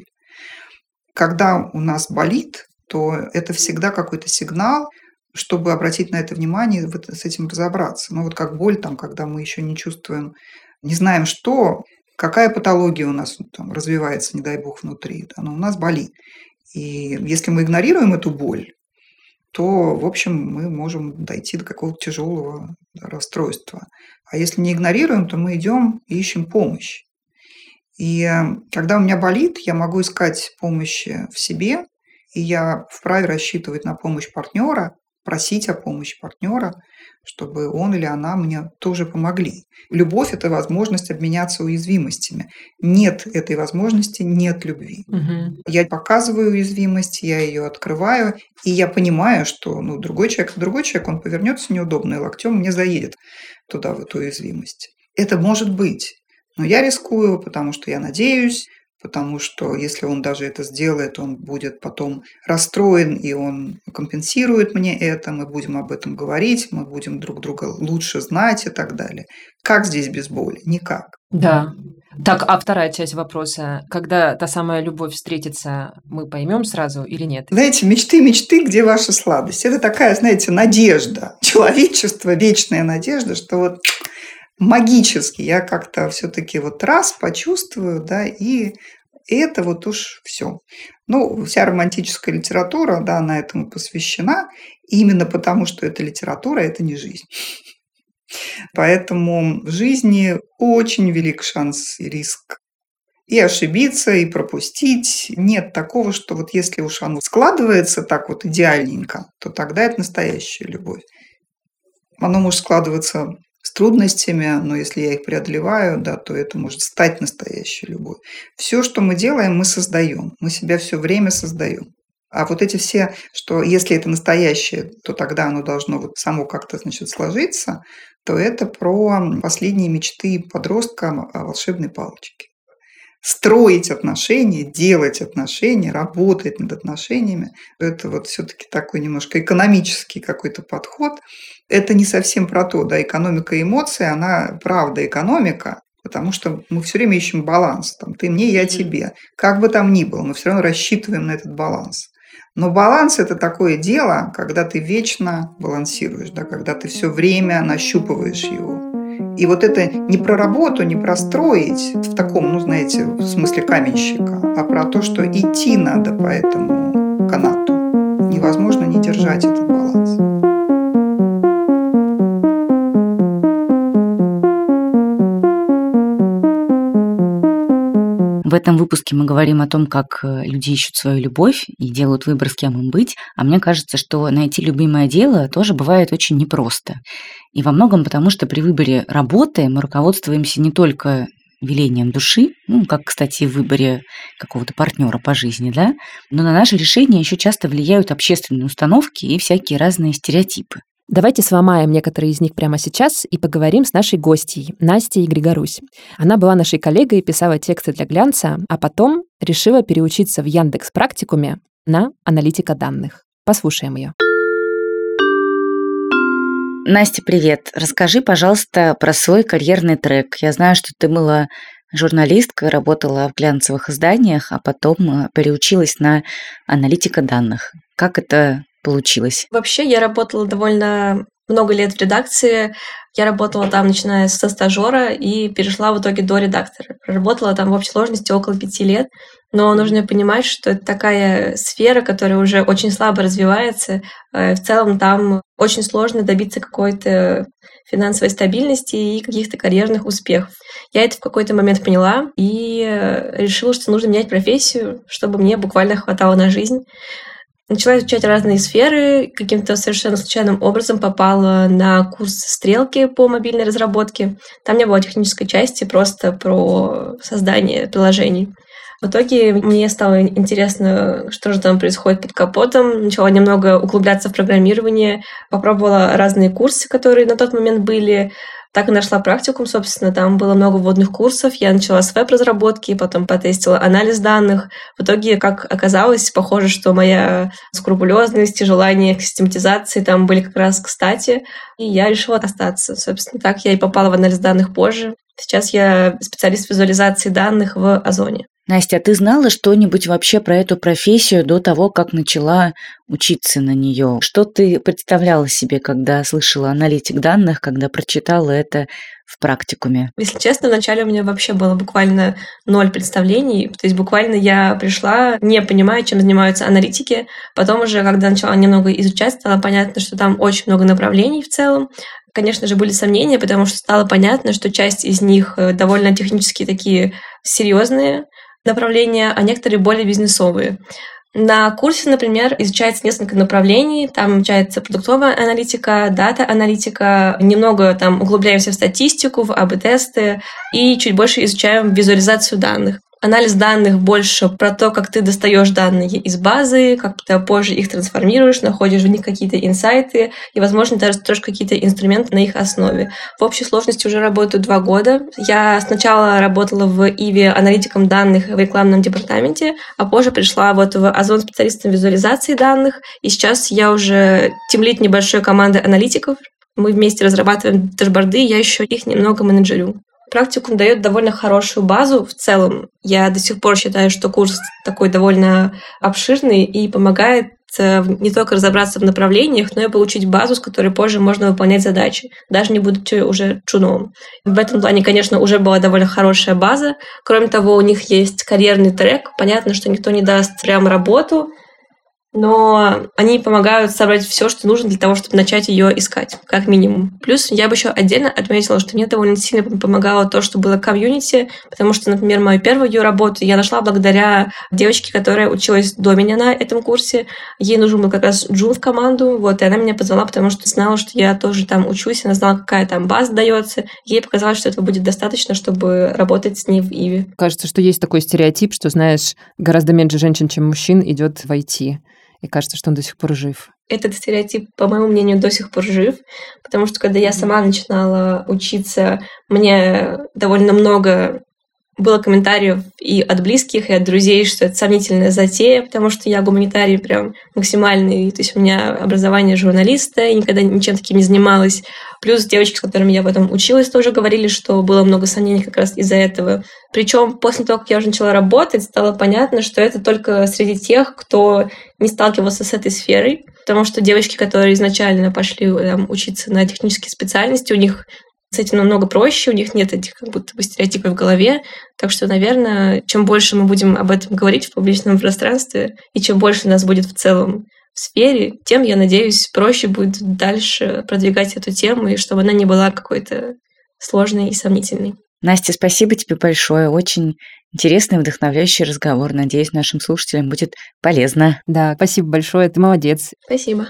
Когда у нас болит, то это всегда какой-то сигнал, чтобы обратить на это внимание и с этим разобраться. Ну вот как боль, там, когда мы еще не чувствуем, не знаем, что, какая патология у нас там развивается, не дай бог, внутри, да, но у нас болит. И если мы игнорируем эту боль, то, в общем, мы можем дойти до какого-то тяжелого расстройства. А если не игнорируем, то мы идем и ищем помощь. И когда у меня болит, я могу искать помощи в себе, и я вправе рассчитывать на помощь партнера, просить о помощи партнера, чтобы он или она мне тоже помогли. Любовь – это возможность обменяться уязвимостями. Нет этой возможности – нет любви. Угу. Я показываю уязвимость, я ее открываю, и я понимаю, что другой человек, он повернется неудобно и локтем мне заедет туда, в эту уязвимость. Это может быть. Но я рискую, потому что я надеюсь, потому что если он даже это сделает, он будет потом расстроен, и он компенсирует мне это, мы будем об этом говорить, мы будем друг друга лучше знать и так далее. Как здесь без боли? Никак. Да. Так, а вторая часть вопроса. Когда та самая любовь встретится, мы поймем сразу или нет? Знаете, мечты, где ваша сладость? Это такая, знаете, надежда. Человечество, вечная надежда, что вот магически я как-то все-таки раз почувствую, да, и это уж все. Вся романтическая литература, да, она этому посвящена, именно потому, что это литература, это не жизнь. Поэтому в жизни очень велик шанс и риск и ошибиться, и пропустить. Нет такого, что если уж оно складывается так идеальненько, то тогда это настоящая любовь. Оно может складываться с трудностями, но если я их преодолеваю, да, то это может стать настоящей любовью. Все, что мы делаем, мы создаем. Мы себя все время создаем. А эти все, что если это настоящее, то тогда оно должно само как-то, сложиться, то это про последние мечты подростка о волшебной палочке. Строить отношения, делать отношения, работать над отношениями – это все-таки такой немножко экономический какой-то подход. Это не совсем про то, да, экономика эмоций, она правда экономика, потому что мы все время ищем баланс. Там, ты мне, я тебе. Как бы там ни было, мы все равно рассчитываем на этот баланс. Но баланс – это такое дело, когда ты вечно балансируешь, да, когда ты все время нащупываешь его. И это не про работу, не про строить в таком, в смысле каменщика, а про то, что идти надо по этому канату. Невозможно не держать этот баланс. В этом выпуске мы говорим о том, как люди ищут свою любовь и делают выбор, с кем им быть. А мне кажется, что найти любимое дело тоже бывает очень непросто. И во многом потому, что при выборе работы мы руководствуемся не только велением души, как, кстати, в выборе какого-то партнера по жизни, да, но на наши решения еще часто влияют общественные установки и всякие разные стереотипы. Давайте сломаем некоторые из них прямо сейчас и поговорим с нашей гостьей, Настей Григорусь. Она была нашей коллегой, писала тексты для глянца, а потом решила переучиться в Яндекс.Практикуме на аналитика данных. Послушаем ее. Настя, привет. Расскажи, пожалуйста, про свой карьерный трек. Я знаю, что ты была журналисткой, работала в глянцевых изданиях, а потом переучилась на аналитика данных. Как это получилось? Вообще, я работала довольно много лет в редакции. Я работала там, начиная со стажера, и перешла в итоге до редактора. Проработала там в общей сложности около 5 лет. Но нужно понимать, что это такая сфера, которая уже очень слабо развивается. В целом там очень сложно добиться какой-то финансовой стабильности и каких-то карьерных успехов. Я это в какой-то момент поняла и решила, что нужно менять профессию, чтобы мне буквально хватало на жизнь. Начала изучать разные сферы, каким-то совершенно случайным образом попала на курс «Стрелки» по мобильной разработке. Там не было технической части, просто про создание приложений. В итоге мне стало интересно, что же там происходит под капотом. Начала немного углубляться в программирование, попробовала разные курсы, которые на тот момент были. Так и нашла практикум, собственно, там было много вводных курсов. Я начала с веб-разработки, потом потестила анализ данных. В итоге, как оказалось, похоже, что моя скрупулезность и желание к систематизации там были как раз кстати. И я решила остаться. Собственно, так я и попала в анализ данных позже. Сейчас я специалист визуализации данных в Озоне. Настя, а ты знала что-нибудь вообще про эту профессию до того, как начала учиться на нее? Что ты представляла себе, когда слышала аналитик данных, когда прочитала это в практикуме? Если честно, вначале у меня вообще было буквально 0 представлений. То есть буквально я пришла, не понимая, чем занимаются аналитики. Потом уже, когда начала немного изучать, стало понятно, что там очень много направлений в целом. Конечно же, были сомнения, потому что стало понятно, что часть из них довольно технически такие серьезные направления, а некоторые более бизнесовые. На курсе, например, изучается несколько направлений. Там изучается продуктовая аналитика, дата-аналитика. Немного там углубляемся в статистику, в АБ-тесты и чуть больше изучаем визуализацию данных. Анализ данных больше про то, как ты достаешь данные из базы, как ты позже их трансформируешь, находишь в них какие-то инсайты и, возможно, даже строишь какие-то инструменты на их основе. В общей сложности уже работаю 2 года. Я сначала работала в Иве аналитиком данных в рекламном департаменте, а позже пришла вот в Озон специалистом визуализации данных. И сейчас я уже тимлид небольшой команды аналитиков. Мы вместе разрабатываем дашборды, я еще их немного менеджерю. Практикум дает довольно хорошую базу в целом. Я до сих пор считаю, что курс такой довольно обширный и помогает не только разобраться в направлениях, но и получить базу, с которой позже можно выполнять задачи, даже не будучи уже джуном. В этом плане, конечно, уже была довольно хорошая база. Кроме того, у них есть карьерный трек. Понятно, что никто не даст прям работу, но они помогают собрать все, что нужно для того, чтобы начать ее искать, как минимум. Плюс я бы еще отдельно отметила, что мне довольно сильно помогало то, что было комьюнити, потому что, например, мою первую работу я нашла благодаря девочке, которая училась до меня на этом курсе. Ей нужен был как раз джун в команду, вот, и она меня позвала, потому что знала, что я тоже там учусь, она знала, какая там база дается. Ей показалось, что этого будет достаточно, чтобы работать с ней в Иве. Кажется, что есть такой стереотип, что, знаешь, гораздо меньше женщин, чем мужчин, идет в IT. И кажется, что он до сих пор жив. Этот стереотип, по моему мнению, до сих пор жив, потому что когда я сама начинала учиться, мне довольно много было комментариев и от близких, и от друзей, что это сомнительная затея, потому что я гуманитарий прям максимальный, то есть у меня образование журналиста, и никогда ничем таким не занималась. Плюс девочки, с которыми я в этом училась, тоже говорили, что было много сомнений как раз из-за этого. Причем после того, как я уже начала работать, стало понятно, что это только среди тех, кто не сталкивался с этой сферой, потому что девочки, которые изначально пошли учиться на технические специальности, у них с этим намного проще, у них нет этих как будто бы стереотипов в голове. Так что, наверное, чем больше мы будем об этом говорить в публичном пространстве, и чем больше нас будет в целом в сфере, тем, я надеюсь, проще будет дальше продвигать эту тему, и чтобы она не была какой-то сложной и сомнительной. Настя, спасибо тебе большое. Очень интересный, вдохновляющий разговор. Надеюсь, нашим слушателям будет полезно. Да, спасибо большое, ты молодец. Спасибо.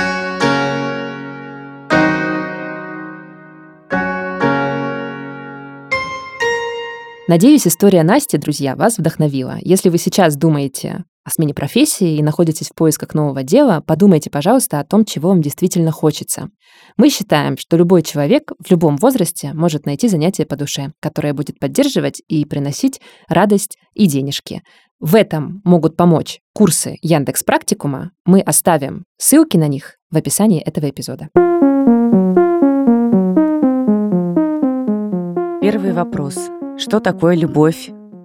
Надеюсь, история Насти, друзья, вас вдохновила. Если вы сейчас думаете о смене профессии и находитесь в поисках нового дела, подумайте, пожалуйста, о том, чего вам действительно хочется. Мы считаем, что любой человек в любом возрасте может найти занятие по душе, которое будет поддерживать и приносить радость и денежки. В этом могут помочь курсы Яндекс.Практикума. Мы оставим ссылки на них в описании этого эпизода. Первый вопрос. Что такое любовь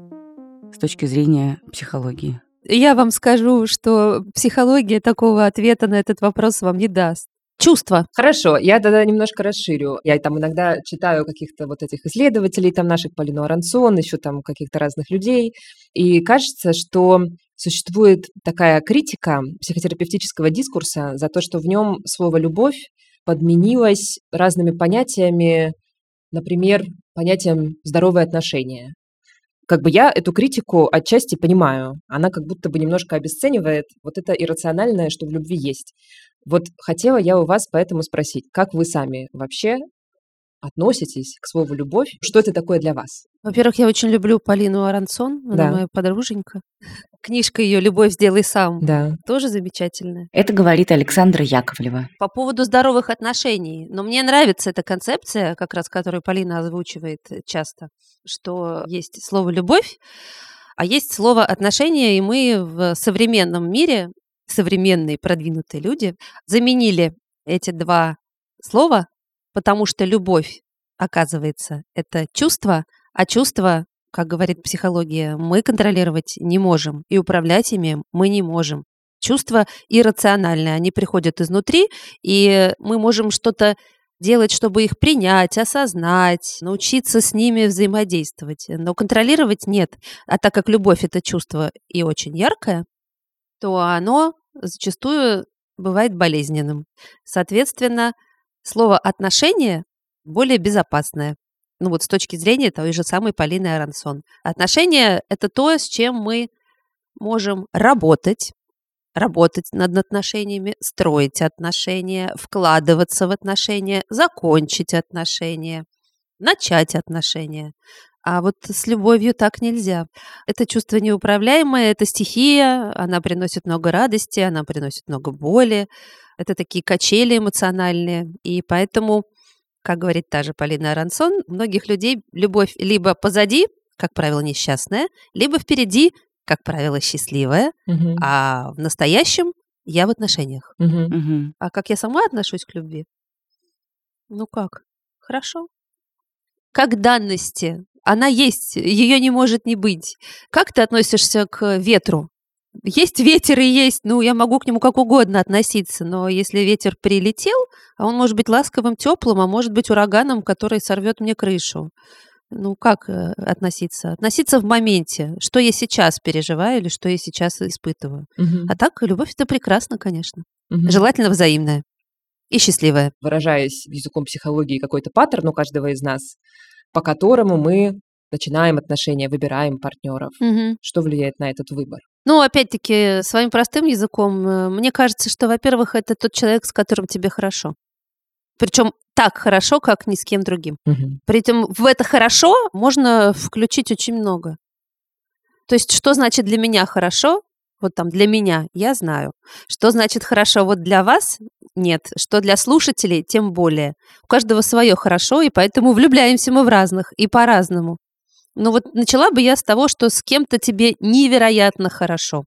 с точки зрения психологии? Я вам скажу, что психология такого ответа на этот вопрос вам не даст. Чувства. Хорошо, я тогда немножко расширю. Я там иногда читаю каких-то вот этих исследователей, там наших Полину Арансон, еще там каких-то разных людей, и кажется, что существует такая критика психотерапевтического дискурса за то, что в нем слово «любовь» подменилось разными понятиями, например, понятием «здоровые отношения». Как бы я эту критику отчасти понимаю. Она как будто бы немножко обесценивает вот это иррациональное, что в любви есть. Вот хотела я у вас поэтому спросить, как вы сами вообще относитесь к слову «любовь»? Что это такое для вас? Во-первых, я очень люблю Полину Арансон, она Да. моя подруженька. Книжка ее «Любовь, сделай сам» Да. тоже замечательная. Это говорит Александра Яковлева. По поводу здоровых отношений. Но мне нравится эта концепция, как раз которую Полина озвучивает часто, что есть слово «любовь», а есть слово «отношения», и мы в современном мире, современные продвинутые люди, заменили эти два слова, потому что любовь, оказывается, это чувство, а чувства, как говорит психология, мы контролировать не можем, и управлять ими мы не можем. Чувства иррациональные, они приходят изнутри, и мы можем что-то делать, чтобы их принять, осознать, научиться с ними взаимодействовать. Но контролировать нет. А так как любовь – это чувство и очень яркое, то оно зачастую бывает болезненным. Соответственно, слово «отношения» более безопасное. Ну вот с точки зрения той же самой Полины Арансон. Отношения – это то, с чем мы можем работать над отношениями, строить отношения, вкладываться в отношения, закончить отношения, начать отношения. А вот с любовью так нельзя. Это чувство неуправляемое, это стихия, она приносит много радости, она приносит много боли. Это такие качели эмоциональные. И поэтому, как говорит та же Полина Арансон, у многих людей любовь либо позади, как правило, несчастная, либо впереди, как правило, счастливая, а в настоящем я в отношениях. Мгм. А как я сама отношусь к любви? Ну как? Хорошо. Как данности. Она есть, ее не может не быть. Как ты относишься к ветру? Есть ветер и есть, ну, я могу к нему как угодно относиться, но если ветер прилетел, а он может быть ласковым, теплым, а может быть ураганом, который сорвет мне крышу. Ну, как относиться? Относиться в моменте, что я сейчас переживаю или что я сейчас испытываю. А так, любовь – это прекрасно, конечно. Желательно взаимная и счастливая. Выражаясь языком психологии, какой-то паттерн у каждого из нас, по которому мы начинаем отношения, выбираем партнеров. Мгм. Что влияет на этот выбор? Ну, опять-таки, своим простым языком, мне кажется, что, во-первых, это тот человек, с которым тебе хорошо. Причем так хорошо, как ни с кем другим. Притом в это хорошо можно включить очень много. То есть, что значит для меня хорошо? Вот там для меня, я знаю. Что значит хорошо вот для вас? Нет. Что для слушателей? Тем более. У каждого свое хорошо, и поэтому влюбляемся мы в разных и по-разному. Но вот начала бы я с того, что с кем-то тебе невероятно хорошо.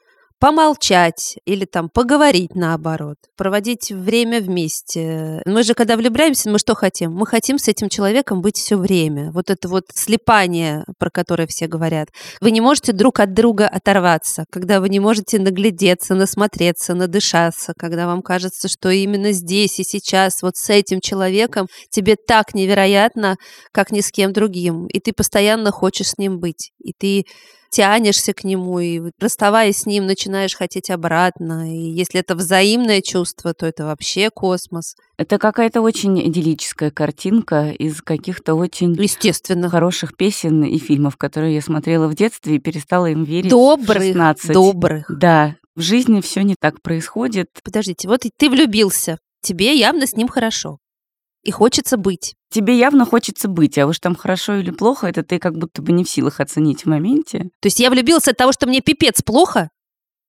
Помолчать или там поговорить наоборот, проводить время вместе. Мы же, когда влюбляемся, мы что хотим? Мы хотим с этим человеком быть все время. Вот это вот слипание, про которое все говорят. Вы не можете друг от друга оторваться, когда вы не можете наглядеться, насмотреться, надышаться, когда вам кажется, что именно здесь и сейчас вот с этим человеком тебе так невероятно, как ни с кем другим. И ты постоянно хочешь с ним быть. И ты тянешься к нему, и расставаясь с ним, начинаешь хотеть обратно. И если это взаимное чувство, то это вообще космос. Это какая-то очень идиллическая картинка из каких-то очень Естественно. хороших песен и фильмов, которые я смотрела в детстве и перестала им верить в Добрых, 16. добрых. Да, в жизни все не так происходит. Подождите, вот ты влюбился, тебе явно с ним хорошо. И хочется быть. Тебе явно хочется быть, а уж там хорошо или плохо, это ты как будто бы не в силах оценить в моменте. То есть я влюбился от того, что мне пипец плохо?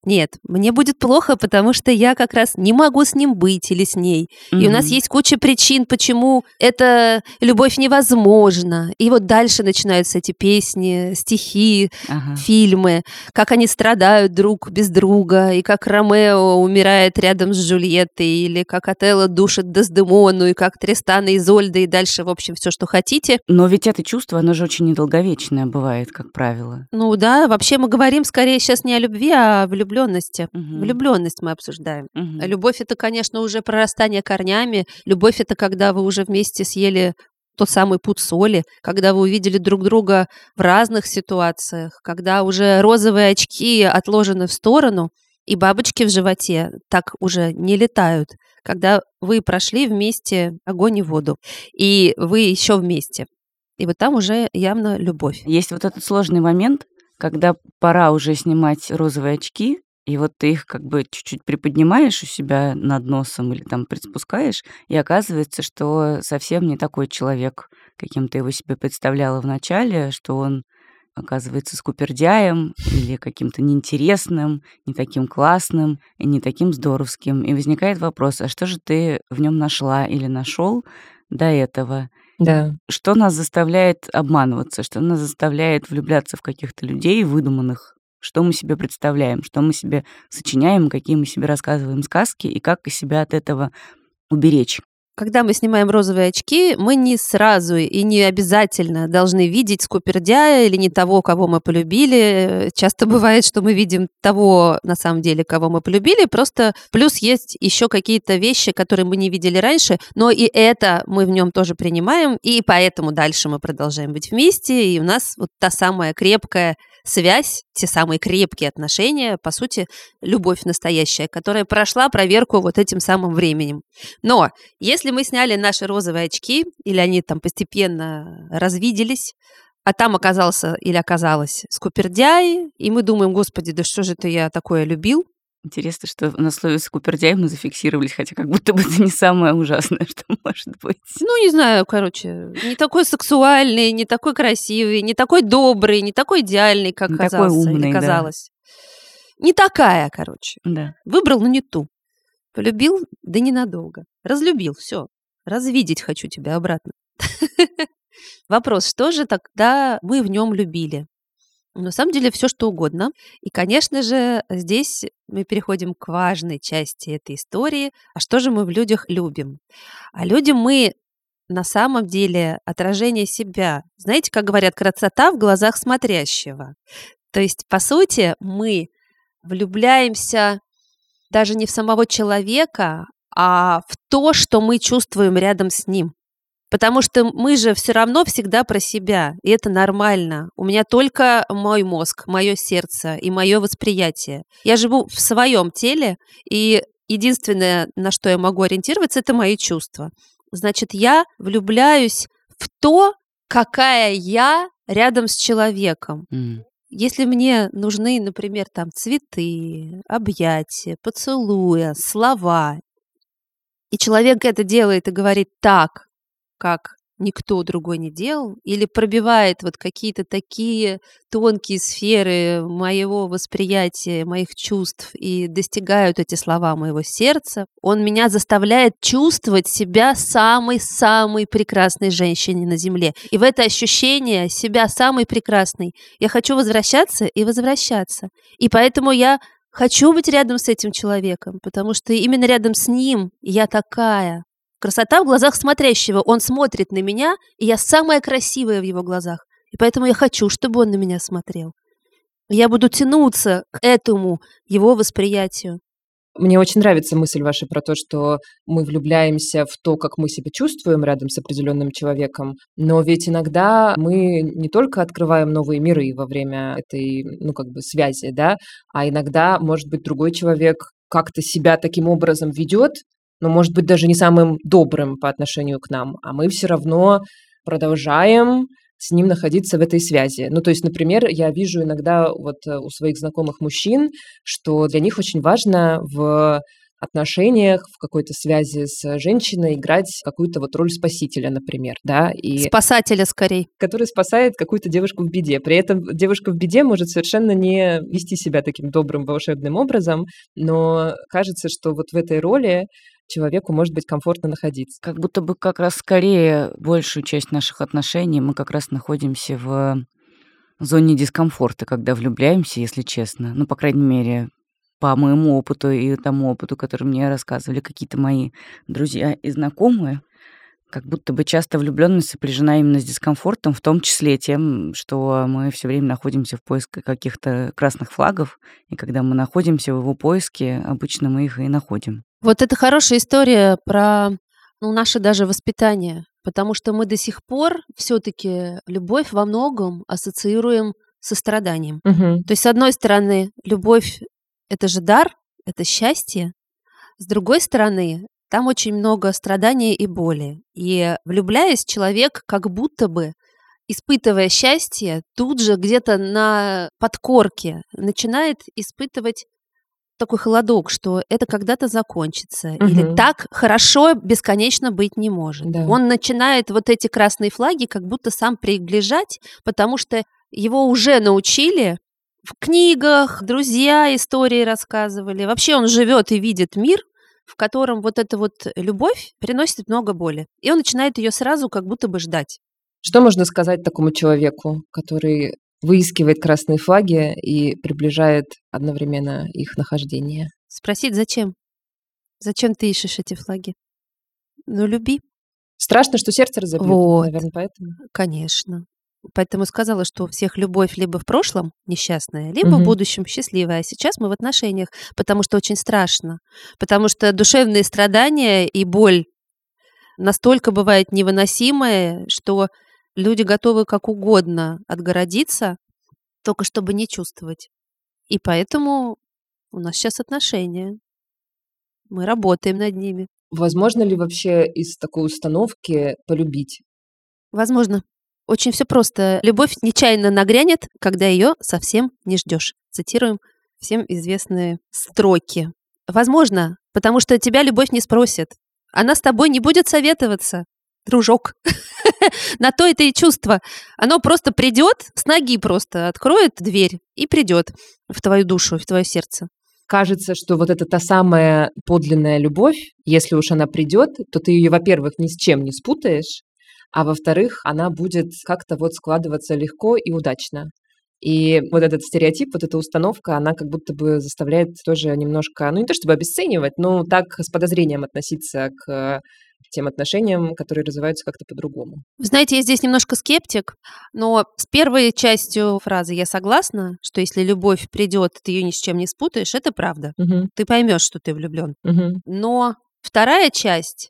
Нет, мне будет плохо, потому что я как раз не могу с ним быть или с ней. И у нас есть куча причин, почему эта любовь невозможна. И вот дальше начинаются эти песни, стихи, фильмы, как они страдают друг без друга, и как Ромео умирает рядом с Джульеттой, или как Отелло душит Дездемону, и как Тристан и Изольда, и дальше, в общем, все, что хотите. Но ведь это чувство, оно же очень недолговечное бывает, как правило. Ну да, вообще мы говорим скорее сейчас не о любви, а о влюбленности. Влюбленность мы обсуждаем. А любовь — это, конечно, уже прорастание корнями. Любовь — это когда вы уже вместе съели тот самый пуд соли, когда вы увидели друг друга в разных ситуациях, когда уже розовые очки отложены в сторону, и бабочки в животе так уже не летают, когда вы прошли вместе огонь и воду, и вы еще вместе. И вот там уже явно любовь. Есть вот этот сложный момент, когда пора уже снимать розовые очки, и вот ты их как бы чуть-чуть приподнимаешь у себя над носом или там приспускаешь, и оказывается, что совсем не такой человек, каким ты его себе представляла в начале, что он оказывается скупердяем или каким-то неинтересным, не таким классным и не таким здоровским. И возникает вопрос, а что же ты в нем нашла или нашел до этого? Да. Что нас заставляет обманываться, что нас заставляет влюбляться в каких-то людей выдуманных, что мы себе представляем, что мы себе сочиняем, какие мы себе рассказываем сказки и как себя от этого уберечь. Когда мы снимаем розовые очки, мы не сразу и не обязательно должны видеть скупердяя или не того, кого мы полюбили. Часто бывает, что мы видим того, на самом деле, кого мы полюбили, просто плюс есть еще какие-то вещи, которые мы не видели раньше, но и это мы в нем тоже принимаем, и поэтому дальше мы продолжаем быть вместе, и у нас вот та самая крепкая связь, те самые крепкие отношения, по сути, любовь настоящая, которая прошла проверку вот этим самым временем. Но если мы сняли наши розовые очки, или они там постепенно развиделись, а там оказался или оказалась скупердяй, и мы думаем, господи, да что же это я такое любил? Интересно, что на слове «скупердяй» мы зафиксировались, хотя как будто бы это не самое ужасное, что может быть. Ну, не знаю, короче, не такой сексуальный, не такой красивый, не такой добрый, не такой идеальный, как Не казался такой умный, или да. казалось. Не такая, короче. Да. Выбрал, но не ту. Полюбил, да ненадолго. Разлюбил, все. Развидеть хочу тебя обратно. Вопрос, что же тогда мы в нем любили? На самом деле все что угодно. И, конечно же, здесь мы переходим к важной части этой истории. А что же мы в людях любим? А любим мы на самом деле отражение себя. Знаете, как говорят, красота в глазах смотрящего. То есть, по сути, мы влюбляемся даже не в самого человека, а в то, что мы чувствуем рядом с ним. Потому что мы же все равно всегда про себя, и это нормально. У меня только мой мозг, мое сердце и мое восприятие. Я живу в своем теле, и единственное, на что я могу ориентироваться, это мои чувства. Значит, я влюбляюсь в то, какая я рядом с человеком. Если мне нужны, например, там цветы, объятия, поцелуя, слова, и человек это делает и говорит так, как никто другой не делал, или пробивает вот какие-то такие тонкие сферы моего восприятия, моих чувств, и достигают эти слова моего сердца, он меня заставляет чувствовать себя самой-самой прекрасной женщиной на земле. И в это ощущение себя самой прекрасной я хочу возвращаться и возвращаться. И поэтому я хочу быть рядом с этим человеком, потому что именно рядом с ним я такая. Красота в глазах смотрящего. Он смотрит на меня, и я самая красивая в его глазах. И поэтому я хочу, чтобы он на меня смотрел. Я буду тянуться к этому его восприятию. Мне очень нравится мысль ваша про то, что мы влюбляемся в то, как мы себя чувствуем рядом с определенным человеком, но ведь иногда мы не только открываем новые миры во время этой, связи, да, а иногда, может быть, другой человек как-то себя таким образом ведет, но, может быть, даже не самым добрым по отношению к нам, а мы все равно продолжаем с ним находиться в этой связи. Ну, то есть, например, я вижу иногда вот у своих знакомых мужчин, что для них очень важно в отношениях, в какой-то связи с женщиной играть какую-то вот роль спасителя, например, да, и Спасателя скорей. который спасает какую-то девушку в беде. При этом девушка в беде может совершенно не вести себя таким добрым, волшебным образом, но кажется, что вот в этой роли человеку может быть комфортно находиться. Как будто бы как раз скорее большую часть наших отношений мы как раз находимся в зоне дискомфорта, когда влюбляемся, если честно. Ну, по крайней мере, по моему опыту и тому опыту, который мне рассказывали какие-то мои друзья и знакомые, как будто бы часто влюбленность сопряжена именно с дискомфортом, в том числе тем, что мы все время находимся в поиске каких-то красных флагов, и когда мы находимся в его поиске, обычно мы их и находим. Вот это хорошая история про наше даже воспитание, потому что мы до сих пор все-таки любовь во многом ассоциируем со страданием. Мгм. То есть, с одной стороны, любовь — это же дар, это счастье. С другой стороны, там очень много страдания и боли. И влюбляясь, человек как будто бы, испытывая счастье, тут же где-то на подкорке начинает испытывать такой холодок, что это когда-то закончится. Или Мгм. так хорошо бесконечно быть не может. Да. Он начинает вот эти красные флаги как будто сам приближать, потому что его уже научили в книгах, друзья истории рассказывали. Вообще он живет и видит мир, в котором вот эта вот любовь приносит много боли. И он начинает ее сразу как будто бы ждать. Что можно сказать такому человеку, который выискивает красные флаги и приближает одновременно их нахождение? Спросить, зачем? Зачем ты ищешь эти флаги? Ну, люби. Страшно, что сердце разобьют, Вот. наверное, поэтому. Конечно. Поэтому сказала, что у всех любовь либо в прошлом несчастная, либо в Мгм. будущем счастливая. А сейчас мы в отношениях, потому что очень страшно. Потому что душевные страдания и боль настолько бывает невыносимые, что люди готовы как угодно отгородиться, только чтобы не чувствовать. И поэтому у нас сейчас отношения. Мы работаем над ними. Возможно ли вообще из такой установки полюбить? Возможно. Очень все просто. Любовь нечаянно нагрянет, когда ее совсем не ждешь. Цитируем всем известные строки. Возможно, потому что тебя любовь не спросит. Она с тобой не будет советоваться, дружок. На то это и чувство. Оно просто придет, с ноги просто откроет дверь и придет в твою душу, в твое сердце. Кажется, что вот это та самая подлинная любовь, если уж она придет, то ты ее, во-первых, ни с чем не спутаешь, а во-вторых, она будет как-то вот складываться легко и удачно. И вот этот стереотип, вот эта установка, она как будто бы заставляет тоже немножко, ну не то чтобы обесценивать, но так с подозрением относиться к тем отношениям, которые развиваются как-то по-другому. Вы знаете, я здесь немножко скептик, но с первой частью фразы я согласна, что если любовь придет, ты ее ни с чем не спутаешь, это правда. Мгм, Ты поймешь, что ты влюблен. мгм. Но вторая часть,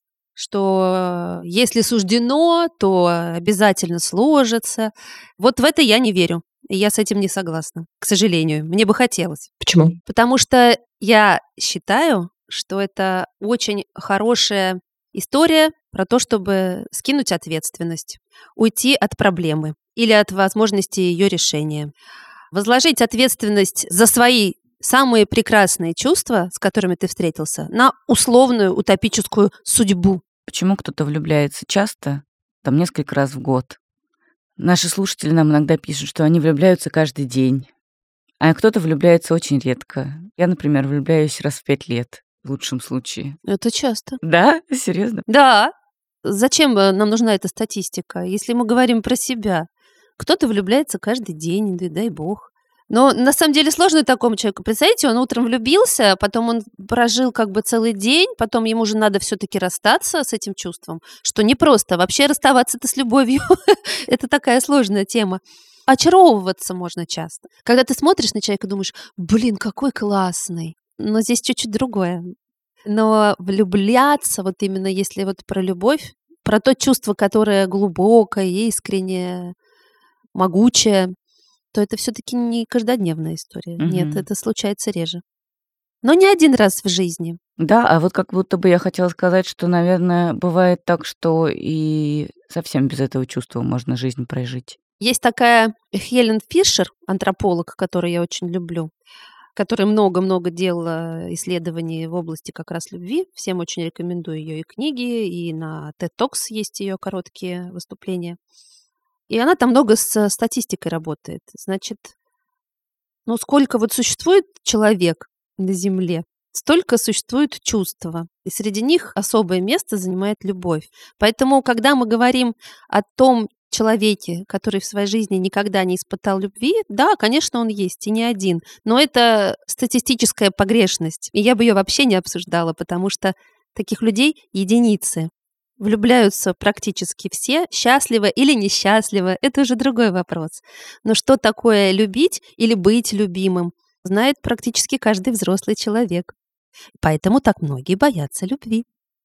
что если суждено, то обязательно сложится. Вот в это я не верю. И я с этим не согласна, к сожалению. Мне бы хотелось. Почему? Потому что я считаю, что это очень хорошая история про то, чтобы скинуть ответственность, уйти от проблемы или от возможности ее решения. Возложить ответственность за свои самые прекрасные чувства, с которыми ты встретился, на условную утопическую судьбу. Почему кто-то влюбляется часто, там несколько раз в год? Наши слушатели нам иногда пишут, что они влюбляются каждый день, а кто-то влюбляется очень редко. Я, например, влюбляюсь раз в 5 лет, в лучшем случае. Это часто. Да? Серьезно? Да. Зачем нам нужна эта статистика, если мы говорим про себя? Кто-то влюбляется каждый день, да, дай бог. Но на самом деле сложно такому человеку. Представляете, он утром влюбился, потом он прожил как бы целый день, потом ему же надо все-таки расстаться с этим чувством, что непросто. Вообще расставаться-то с любовью – это такая сложная тема. Очаровываться можно часто. Когда ты смотришь на человека и думаешь, блин, какой классный. Но здесь чуть-чуть другое. Но влюбляться, вот именно если вот про любовь, про то чувство, которое глубокое, искреннее, могучее, то это все-таки не каждодневная история. Нет, Мгм. это случается реже. Но не один раз в жизни. Да, а вот как будто бы я хотела сказать, что, наверное, бывает так, что и совсем без этого чувства можно жизнь прожить. Есть такая Хелен Фишер, антрополог, которую я очень люблю. которая много-много делала исследований в области как раз любви. Всем очень рекомендую ее и книги, и на TED Talks есть ее короткие выступления. И она там много с статистикой работает. Значит, ну сколько вот существует человек на Земле, столько существует чувства. И среди них особое место занимает любовь. Поэтому, когда мы говорим о том человеке, который в своей жизни никогда не испытал любви, да, конечно, он есть, и не один. Но это статистическая погрешность. И я бы ее вообще не обсуждала, потому что таких людей единицы. Влюбляются практически все, счастливо или несчастливо, это уже другой вопрос. Но что такое любить или быть любимым, знает практически каждый взрослый человек. Поэтому так многие боятся любви.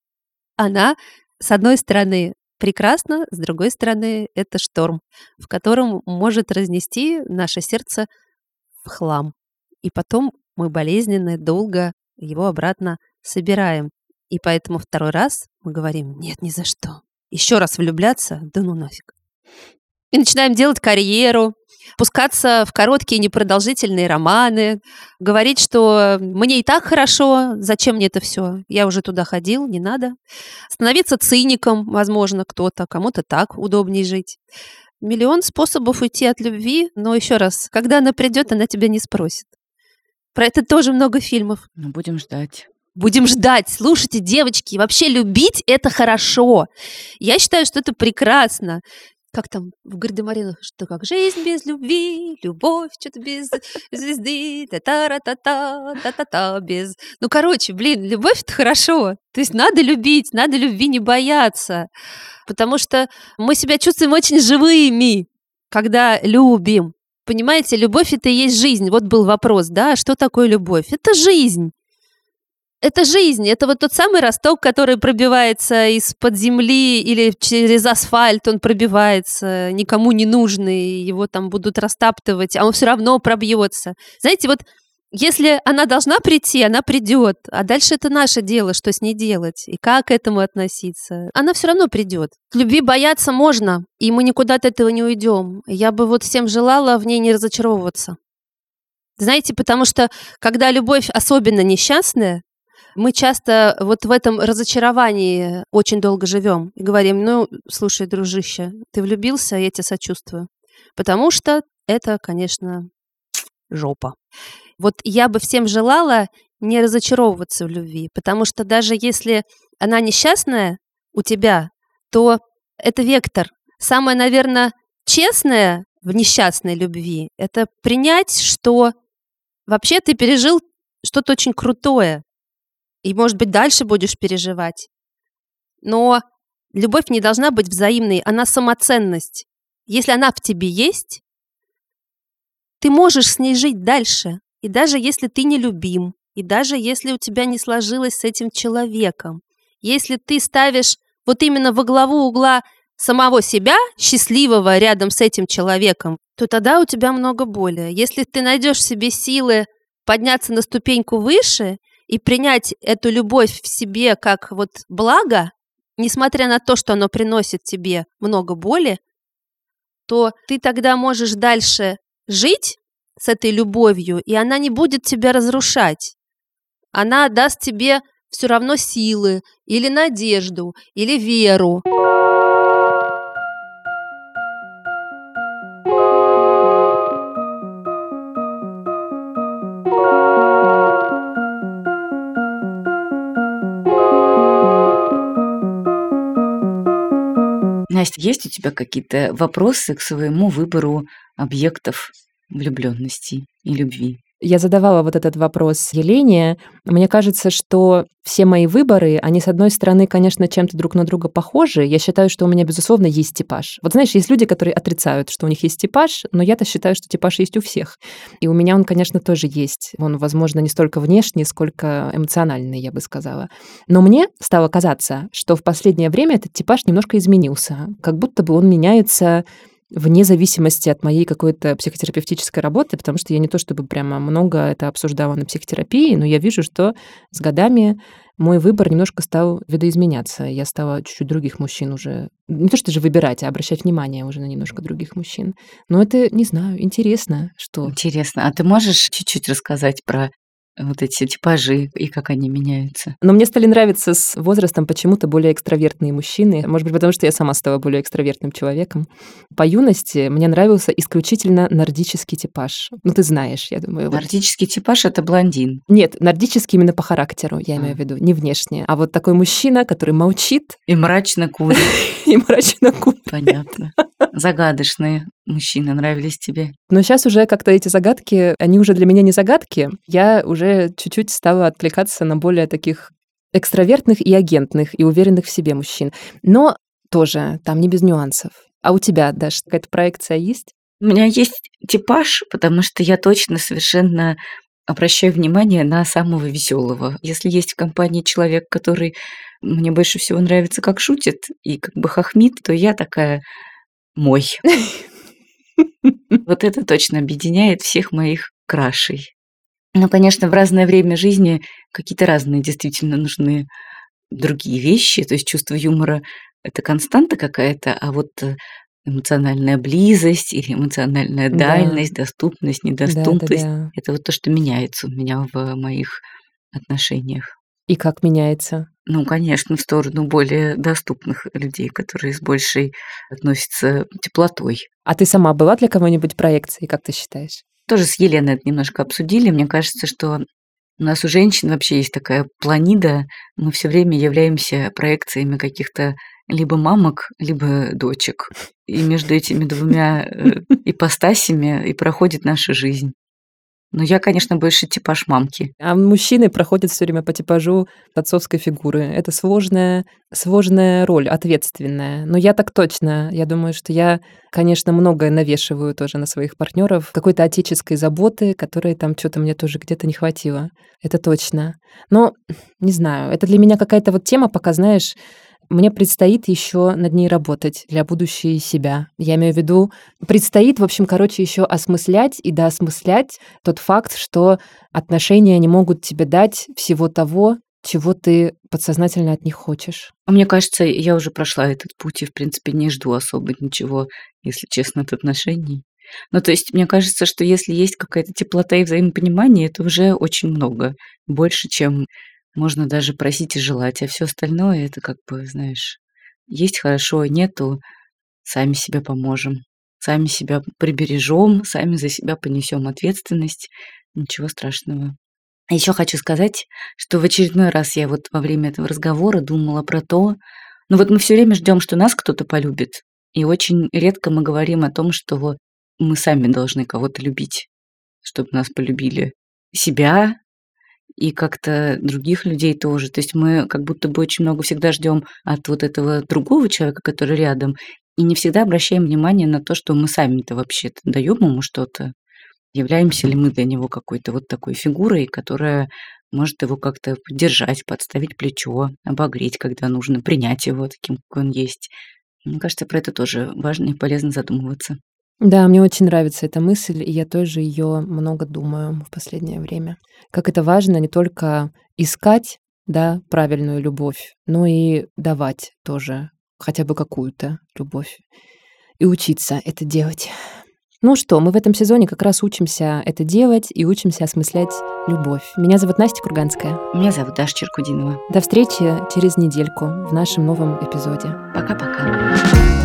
Она, с одной стороны, прекрасна, с другой стороны, это шторм, в котором может разнести наше сердце в хлам. И потом мы болезненно, долго его обратно собираем. И поэтому второй раз мы говорим: нет, ни за что. Еще раз влюбляться? Да ну нафиг. И начинаем делать карьеру, пускаться в короткие непродолжительные романы, говорить, что мне и так хорошо, зачем мне это все? Я уже туда ходил, не надо. Становиться циником, возможно, кто-то, кому-то так удобнее жить. Миллион способов уйти от любви, но еще раз, когда она придет, она тебя не спросит. Про это тоже много фильмов. Ну, будем ждать. Будем ждать. Слушайте, девочки, вообще любить — это хорошо. Я считаю, что это прекрасно. Как там в «Гардемаринах», что как жизнь без любви, любовь что-то без звезды, та-та-ра-та-та, та-та-та, без... Ну, короче, блин, любовь — это хорошо. То есть надо любить, надо любви не бояться. Потому что мы себя чувствуем очень живыми, когда любим. Понимаете, любовь — это и есть жизнь. Вот был вопрос, да, что такое любовь? Это жизнь. Это жизнь, это вот тот самый росток, который пробивается из-под земли или через асфальт, он пробивается, никому не нужный, его там будут растаптывать, а он все равно пробьется. Знаете, вот если она должна прийти, она придет, а дальше это наше дело, что с ней делать и как к этому относиться. Она все равно придет. Любви бояться можно, и мы никуда от этого не уйдем. Я бы вот всем желала в ней не разочаровываться. Знаете, потому что когда любовь особенно несчастная, мы часто вот в этом разочаровании очень долго живем и говорим: ну, слушай, дружище, ты влюбился, я тебе сочувствую. Потому что это, конечно, жопа. Вот я бы всем желала не разочаровываться в любви, потому что даже если она несчастная у тебя, то это вектор. Самое, наверное, честное в несчастной любви — это принять, что вообще ты пережил что-то очень крутое. И, может быть, дальше будешь переживать. Но любовь не должна быть взаимной, она самоценность. Если она в тебе есть, ты можешь с ней жить дальше. И даже если ты не любим, и даже если у тебя не сложилось с этим человеком, если ты ставишь вот именно во главу угла самого себя, счастливого рядом с этим человеком, то тогда у тебя много боли. Если ты найдешь в себе силы подняться на ступеньку выше и принять эту любовь в себе как вот благо, несмотря на то, что оно приносит тебе много боли, то ты тогда можешь дальше жить с этой любовью, и она не будет тебя разрушать. Она даст тебе все равно силы, или надежду, или веру. Настя, есть у тебя какие-то вопросы к своему выбору объектов влюбленности и любви? Я задавала вот этот вопрос Елене. Мне кажется, что все мои выборы, они, с одной стороны, конечно, чем-то друг на друга похожи. Я считаю, что у меня, безусловно, есть типаж. Вот знаешь, есть люди, которые отрицают, что у них есть типаж, но я-то считаю, что типаж есть у всех. И у меня он, конечно, тоже есть. Он, возможно, не столько внешний, сколько эмоциональный, я бы сказала. Но мне стало казаться, что в последнее время этот типаж немножко изменился. Как будто бы он меняется вне зависимости от моей какой-то психотерапевтической работы, потому что я не то чтобы прямо много это обсуждала на психотерапии, но я вижу, что с годами мой выбор немножко стал видоизменяться. Я стала чуть-чуть других мужчин уже... Не то, что же выбирать, а обращать внимание уже на немножко других мужчин. Но это, не знаю, интересно, что... Интересно. А ты можешь чуть-чуть рассказать про вот эти типажи и как они меняются? Но мне стали нравиться с возрастом почему-то более экстравертные мужчины. Может быть, потому что я сама стала более экстравертным человеком. По юности мне нравился исключительно нордический типаж. Ну, ты знаешь, я думаю. Нордический типаж — это блондин. Нет, нордический именно по характеру, я имею в виду, не внешне. А вот такой мужчина, который молчит. И мрачно курит. И мрачно курит. Понятно. Загадочные мужчины нравились тебе. Но сейчас уже как-то эти загадки, они уже для меня не загадки. Я уже чуть-чуть стала отвлекаться на более таких экстравертных и агентных, и уверенных в себе мужчин. Но тоже там не без нюансов. А у тебя, Даш, какая-то проекция есть? У меня есть типаж, потому что я точно совершенно обращаю внимание на самого веселого. Если есть в компании человек, который мне больше всего нравится, как шутит и как бы хохмит, то я такая мой. Вот это точно объединяет всех моих крашей. Ну, конечно, в разное время жизни какие-то разные действительно нужны другие вещи. То есть чувство юмора — это константа какая-то, а вот эмоциональная близость или эмоциональная дальность, доступность, недоступность — это вот то, что меняется у меня в моих отношениях. И как меняется? Ну, конечно, в сторону более доступных людей, которые с большей относятся теплотой. А ты сама была для кого-нибудь проекцией, как ты считаешь? Тоже с Еленой это немножко обсудили. Мне кажется, что у нас у женщин вообще есть такая планида. Мы все время являемся проекциями каких-то либо мамок, либо дочек. И между этими двумя ипостасями и проходит наша жизнь. Но я, конечно, больше типаж мамки. А мужчины проходят все время по типажу отцовской фигуры. Это сложная роль, ответственная. Но я так точно. Я думаю, что я, конечно, многое навешиваю тоже на своих партнеров. Какой-то отеческой заботы, которой там что-то мне тоже где-то не хватило. Это точно. Но, не знаю, это для меня какая-то вот тема, пока, знаешь, мне предстоит еще над ней работать для будущей себя. Я имею в виду, предстоит, в общем, еще осмыслять и доосмыслять тот факт, что отношения не могут тебе дать всего того, чего ты подсознательно от них хочешь. Мне кажется, я уже прошла этот путь и, в принципе, не жду особо ничего, если честно, от отношений. Ну, то есть, мне кажется, что если есть какая-то теплота и взаимопонимание, это уже очень много. Больше, чем можно даже просить и желать, а все остальное — это как бы, знаешь, есть хорошо, нету, сами себе поможем, сами себя прибережем, сами за себя понесем ответственность, ничего страшного. Еще хочу сказать, что в очередной раз я вот во время этого разговора думала про то, ну вот мы все время ждем, что нас кто-то полюбит, и очень редко мы говорим о том, что мы сами должны кого-то любить, чтобы нас полюбили, себя и как-то других людей тоже. То есть мы как будто бы очень много всегда ждем от вот этого другого человека, который рядом, и не всегда обращаем внимание на то, что мы сами-то вообще-то даем ему что-то. Являемся ли мы для него какой-то вот такой фигурой, которая может его как-то поддержать, подставить плечо, обогреть, когда нужно, принять его таким, какой он есть. Мне кажется, про это тоже важно и полезно задумываться. Да, мне очень нравится эта мысль, и я тоже ее много думаю в последнее время. Как это важно не только искать, да, правильную любовь, но и давать тоже хотя бы какую-то любовь и учиться это делать. Ну что, мы в этом сезоне как раз учимся это делать и учимся осмыслять любовь. Меня зовут Настя Курганская. Меня зовут Даша Черкудинова. До встречи через недельку в нашем новом эпизоде. Пока-пока.